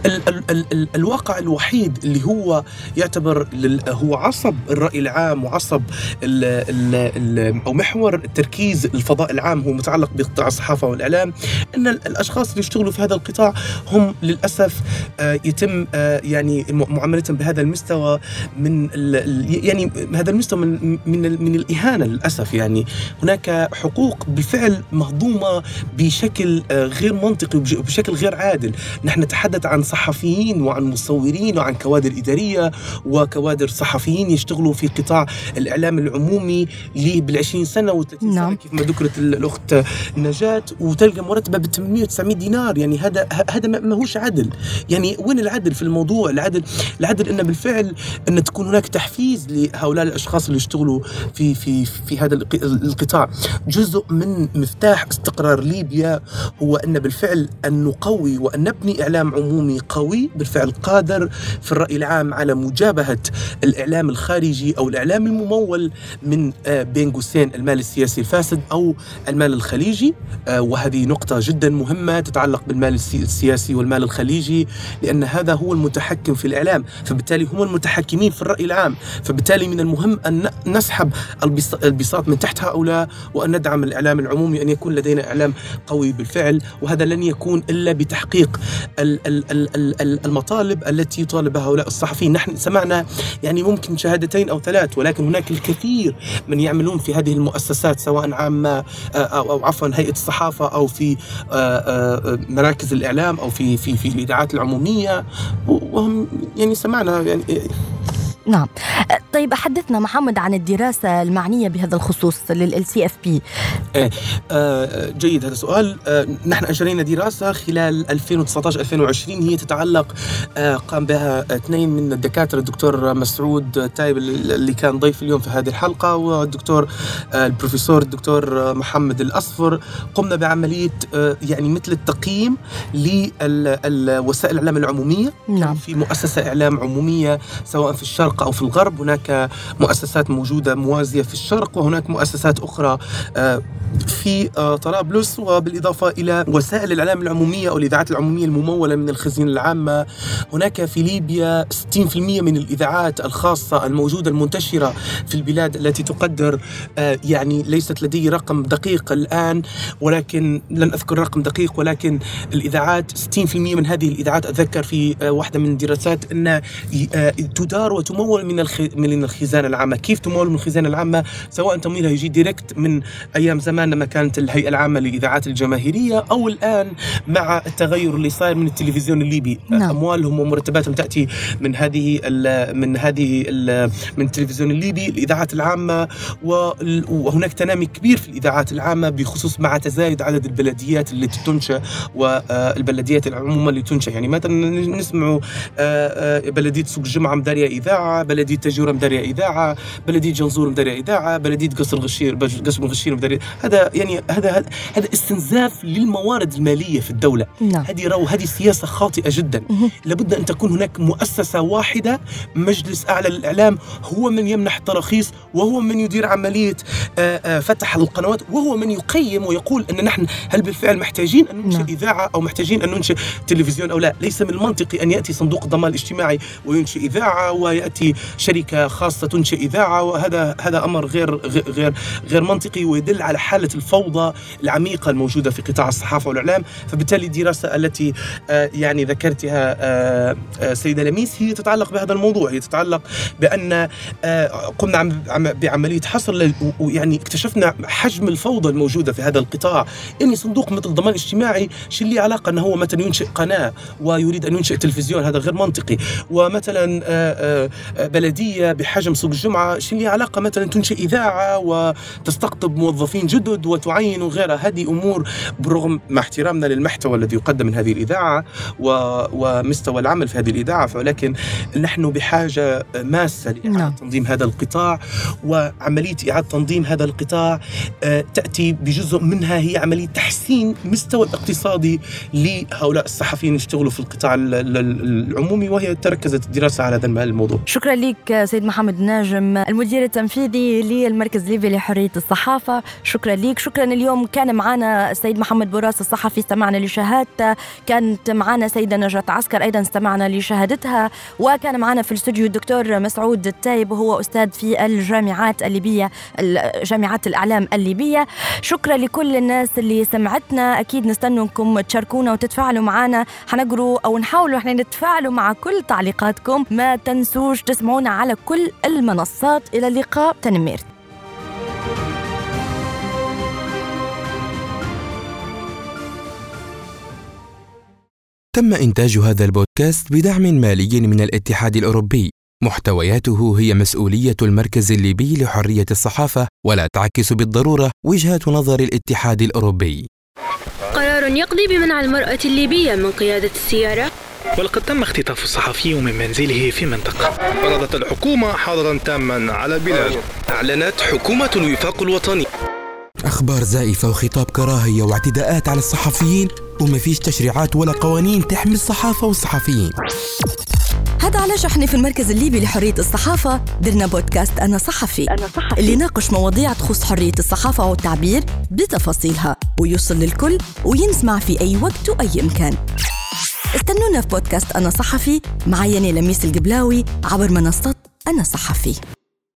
[SPEAKER 4] الواقع الوحيد اللي هو يعتبر هو عصب الرأي العام وعصب أو محور التركيز الفضاء العام هو متعلق بقطاع الصحافة والإعلام، أن الأشخاص اللي يشتغلوا في هذا القطاع هم للأسف يتم يعني معاملتهم بهذا المستوى من يعني هذا المستوى من الإهانة للأسف. يعني هناك حقوق بالفعل مهضومة بشكل غير منطقي وبشكل غير عادل. نحن نتحدث عن صحفيين وعن مصورين وعن كوادر إدارية وكوادر صحفيين يشتغلوا في قطاع الإعلام العمومي بال20 سنة و30 سنة كيف ما ذكرت الأخت نجاة، وتلقى مرتبة ب 800-900 دينار. يعني هذا ما هوش عدل. يعني وين العدل في الموضوع؟ العدل إن بالفعل أن تكون هناك تحفيز لهؤلاء الأشخاص اللي يشتغلوا في هذا القطاع. جزء من مفتاح استقرار ليبيا هو أن بالفعل أن نقوي وأن نبني إعلام عمومي قوي بالفعل قادر في الرأي العام على مجابهة الإعلام الخارجي أو الإعلام الممول من بين قوسين المال السياسي الفاسد أو المال الخليجي. وهذه نقطة جدا مهمة تتعلق بالمال السياسي والمال الخليجي، لأن هذا هو المتحكم في الإعلام، فبالتالي هم المتحكمين في الرأي العام، فبالتالي من المهم أن نسحب البساط من تحت هؤلاء وأن ندعم الإعلام العمومي، أن يكون لدينا إعلام قوي بالفعل. وهذا لن يكون إلا بتحقيق المطالب التي يطالب هؤلاء الصحفيين. نحن سمعنا يعني ممكن شهادتين أو 3، ولكن هناك الكثير من يعملون في هذه المؤسسات سواء عامة أو عفوا هيئة الصحافة أو في مراكز الإعلام أو في الإذاعات العمومية، وهم يعني سمعنا يعني.
[SPEAKER 6] نعم. طيب حدثنا محمد عن الدراسة المعنية بهذا الخصوص للCFP.
[SPEAKER 4] جيد، هذا سؤال. نحن أجرينا دراسة خلال 2019-2020 هي تتعلق قام بها 2 من الدكاترة، الدكتور مسعود تايب اللي كان ضيف اليوم في هذه الحلقة، والدكتور البروفيسور الدكتور محمد الأصفر. قمنا بعملية يعني مثل التقييم لوسائل الإعلام العمومية.
[SPEAKER 6] نعم.
[SPEAKER 4] في مؤسسة إعلام عمومية سواء في الشرق أو في الغرب، هناك مؤسسات موجودة موازية في الشرق، وهناك مؤسسات أخرى في طرابلس، وبالإضافة إلى وسائل الإعلام العمومية أو الإذاعات العمومية الممولة من الخزينة العامة. هناك في ليبيا 60% من الإذاعات الخاصة الموجودة المنتشرة في البلاد التي تقدر يعني ليست لدي رقم دقيق الآن، ولكن لن أذكر رقم دقيق، ولكن الإذاعات 60% من هذه الإذاعات أتذكر في واحدة من الدراسات أن تدار وتمول من الخزانة العامة. كيف تمول من الخزانة العامة؟ سواء تمويلها يجي ديركت من أيام زمان لما كانت الهيئة العامة للإذاعات الجماهيرية، أو الآن مع التغير اللي صاير من التلفزيون الليبي.
[SPEAKER 6] نعم.
[SPEAKER 4] أموالهم ومرتباتهم تأتي من التلفزيون الليبي، الإذاعات العامة، وهناك تنامي كبير في الإذاعات العامة بخصوص مع تزايد عدد البلديات التي تنشأ والبلديات العمومة اللي تنشأ. يعني مثلا نسمع بلدية سوق الجمعة مدارية إذاعة، بلدية تجورة مدارية إذاعة، بلدية جنزور مدارية إذاعة، بلدية قصر الغشير مدارية. هذا يعني هذا استنزاف للموارد المالية في الدولة.
[SPEAKER 6] نعم.
[SPEAKER 4] هذه سياسة خاطئة جدا. لابد أن تكون هناك مؤسسة واحدة، مجلس أعلى للإعلام، هو من يمنح التراخيص، وهو من يدير عملية فتح القنوات، وهو من يقيم ويقول أن نحن هل بالفعل محتاجين أن ننشئ إذاعة أو محتاجين أن ننشئ تلفزيون أو لا. ليس من المنطقي أن يأتي صندوق الضمان الاجتماعي وينشئ إذاعة، ويأتي شركة خاصة تنشئ إذاعة، وهذا أمر غير منطقي، ويدل على حالة الفوضى العميقة الموجودة في قطاع الصحافة والإعلام. فبالتالي الدراسة التي يعني ذكرتها سيدة لميس هي تتعلق بهذا الموضوع، هي تتعلق بأن قمنا بعملية حصر، ويعني اكتشفنا حجم الفوضى الموجودة في هذا القطاع. يعني صندوق مثل الضمان الاجتماعي شو اللي علاقة أنه هو مثلا ينشئ قناة ويريد أن ينشئ تلفزيون؟ هذا غير منطقي. ومثلا بلدية بحجم سوق الجمعة شو اللي علاقة مثلا تنشئ إذاعة وتستقطب موظفين جدد وتعين وغيرها؟ هذه أمور برغم مع احترامنا للمحتوى الذي يقدم من هذه الإذاعة ومستوى العمل في هذه الإذاعة، ولكن نحن بحاجة ماسة لإعادة تنظيم هذا القطاع. وعملية إعادة تنظيم هذا القطاع تأتي بجزء منها هي عملية تحسين مستوى الاقتصادي لهؤلاء الصحفيين يشتغلوا في القطاع العمومي، وهي تركزت الدراسة على هذا الموضوع.
[SPEAKER 6] شكرا لك سيد محمد ناجم، المدير التنفيذي للمركز الليبي لحرية الصحافة. شكرا لك. شكرا. اليوم كان معنا السيد محمد بوراس الصحفي، استمعنا لشهادته. كانت معنا سيدة نجاة عسكر أيضا استمعنا لشهادتها. وكان معنا في الاستوديو الدكتور مسعود التايب، وهو أستاذ في الجامعات الليبية، جامعات الإعلام الليبية. شكرا لكل الناس اللي سمعتنا. أكيد نستنونكم تشاركونا وتتفاعلوا معنا، حنقروا أو نحاولوا احنا نتفاعلوا مع كل تعليقاتكم. ما تنسوش تسمعونا على كل المنصات. إلى اللقاء. تنمير.
[SPEAKER 5] تم إنتاج هذا البودكاست بدعم مالي من الاتحاد الأوروبي. محتوياته هي مسؤولية المركز الليبي لحرية الصحافة، ولا تعكس بالضرورة وجهة نظر الاتحاد الأوروبي.
[SPEAKER 1] قرار يقضي بمنع المرأة الليبية من قيادة السيارة.
[SPEAKER 2] ولقد تم اختطاف الصحفي من منزله في منطقة.
[SPEAKER 3] فرضت الحكومة حظرا تاما على البلاد.
[SPEAKER 10] أعلنت حكومة الوفاق الوطني
[SPEAKER 5] أخبار زائفة وخطاب كراهية واعتداءات على الصحفيين، وما فيش تشريعات ولا قوانين تحمي الصحافة والصحفيين.
[SPEAKER 6] هذا علاش احنا في المركز الليبي لحرية الصحافة درنا بودكاست أنا صحفي اللي ناقش مواضيع تخص حرية الصحافة والتعبير بتفاصيلها، ويوصل للكل وينسمع في أي وقت وأي مكان. استنونا في بودكاست أنا صحفي مع ياني لميس القبلاوي عبر منصة أنا صحفي.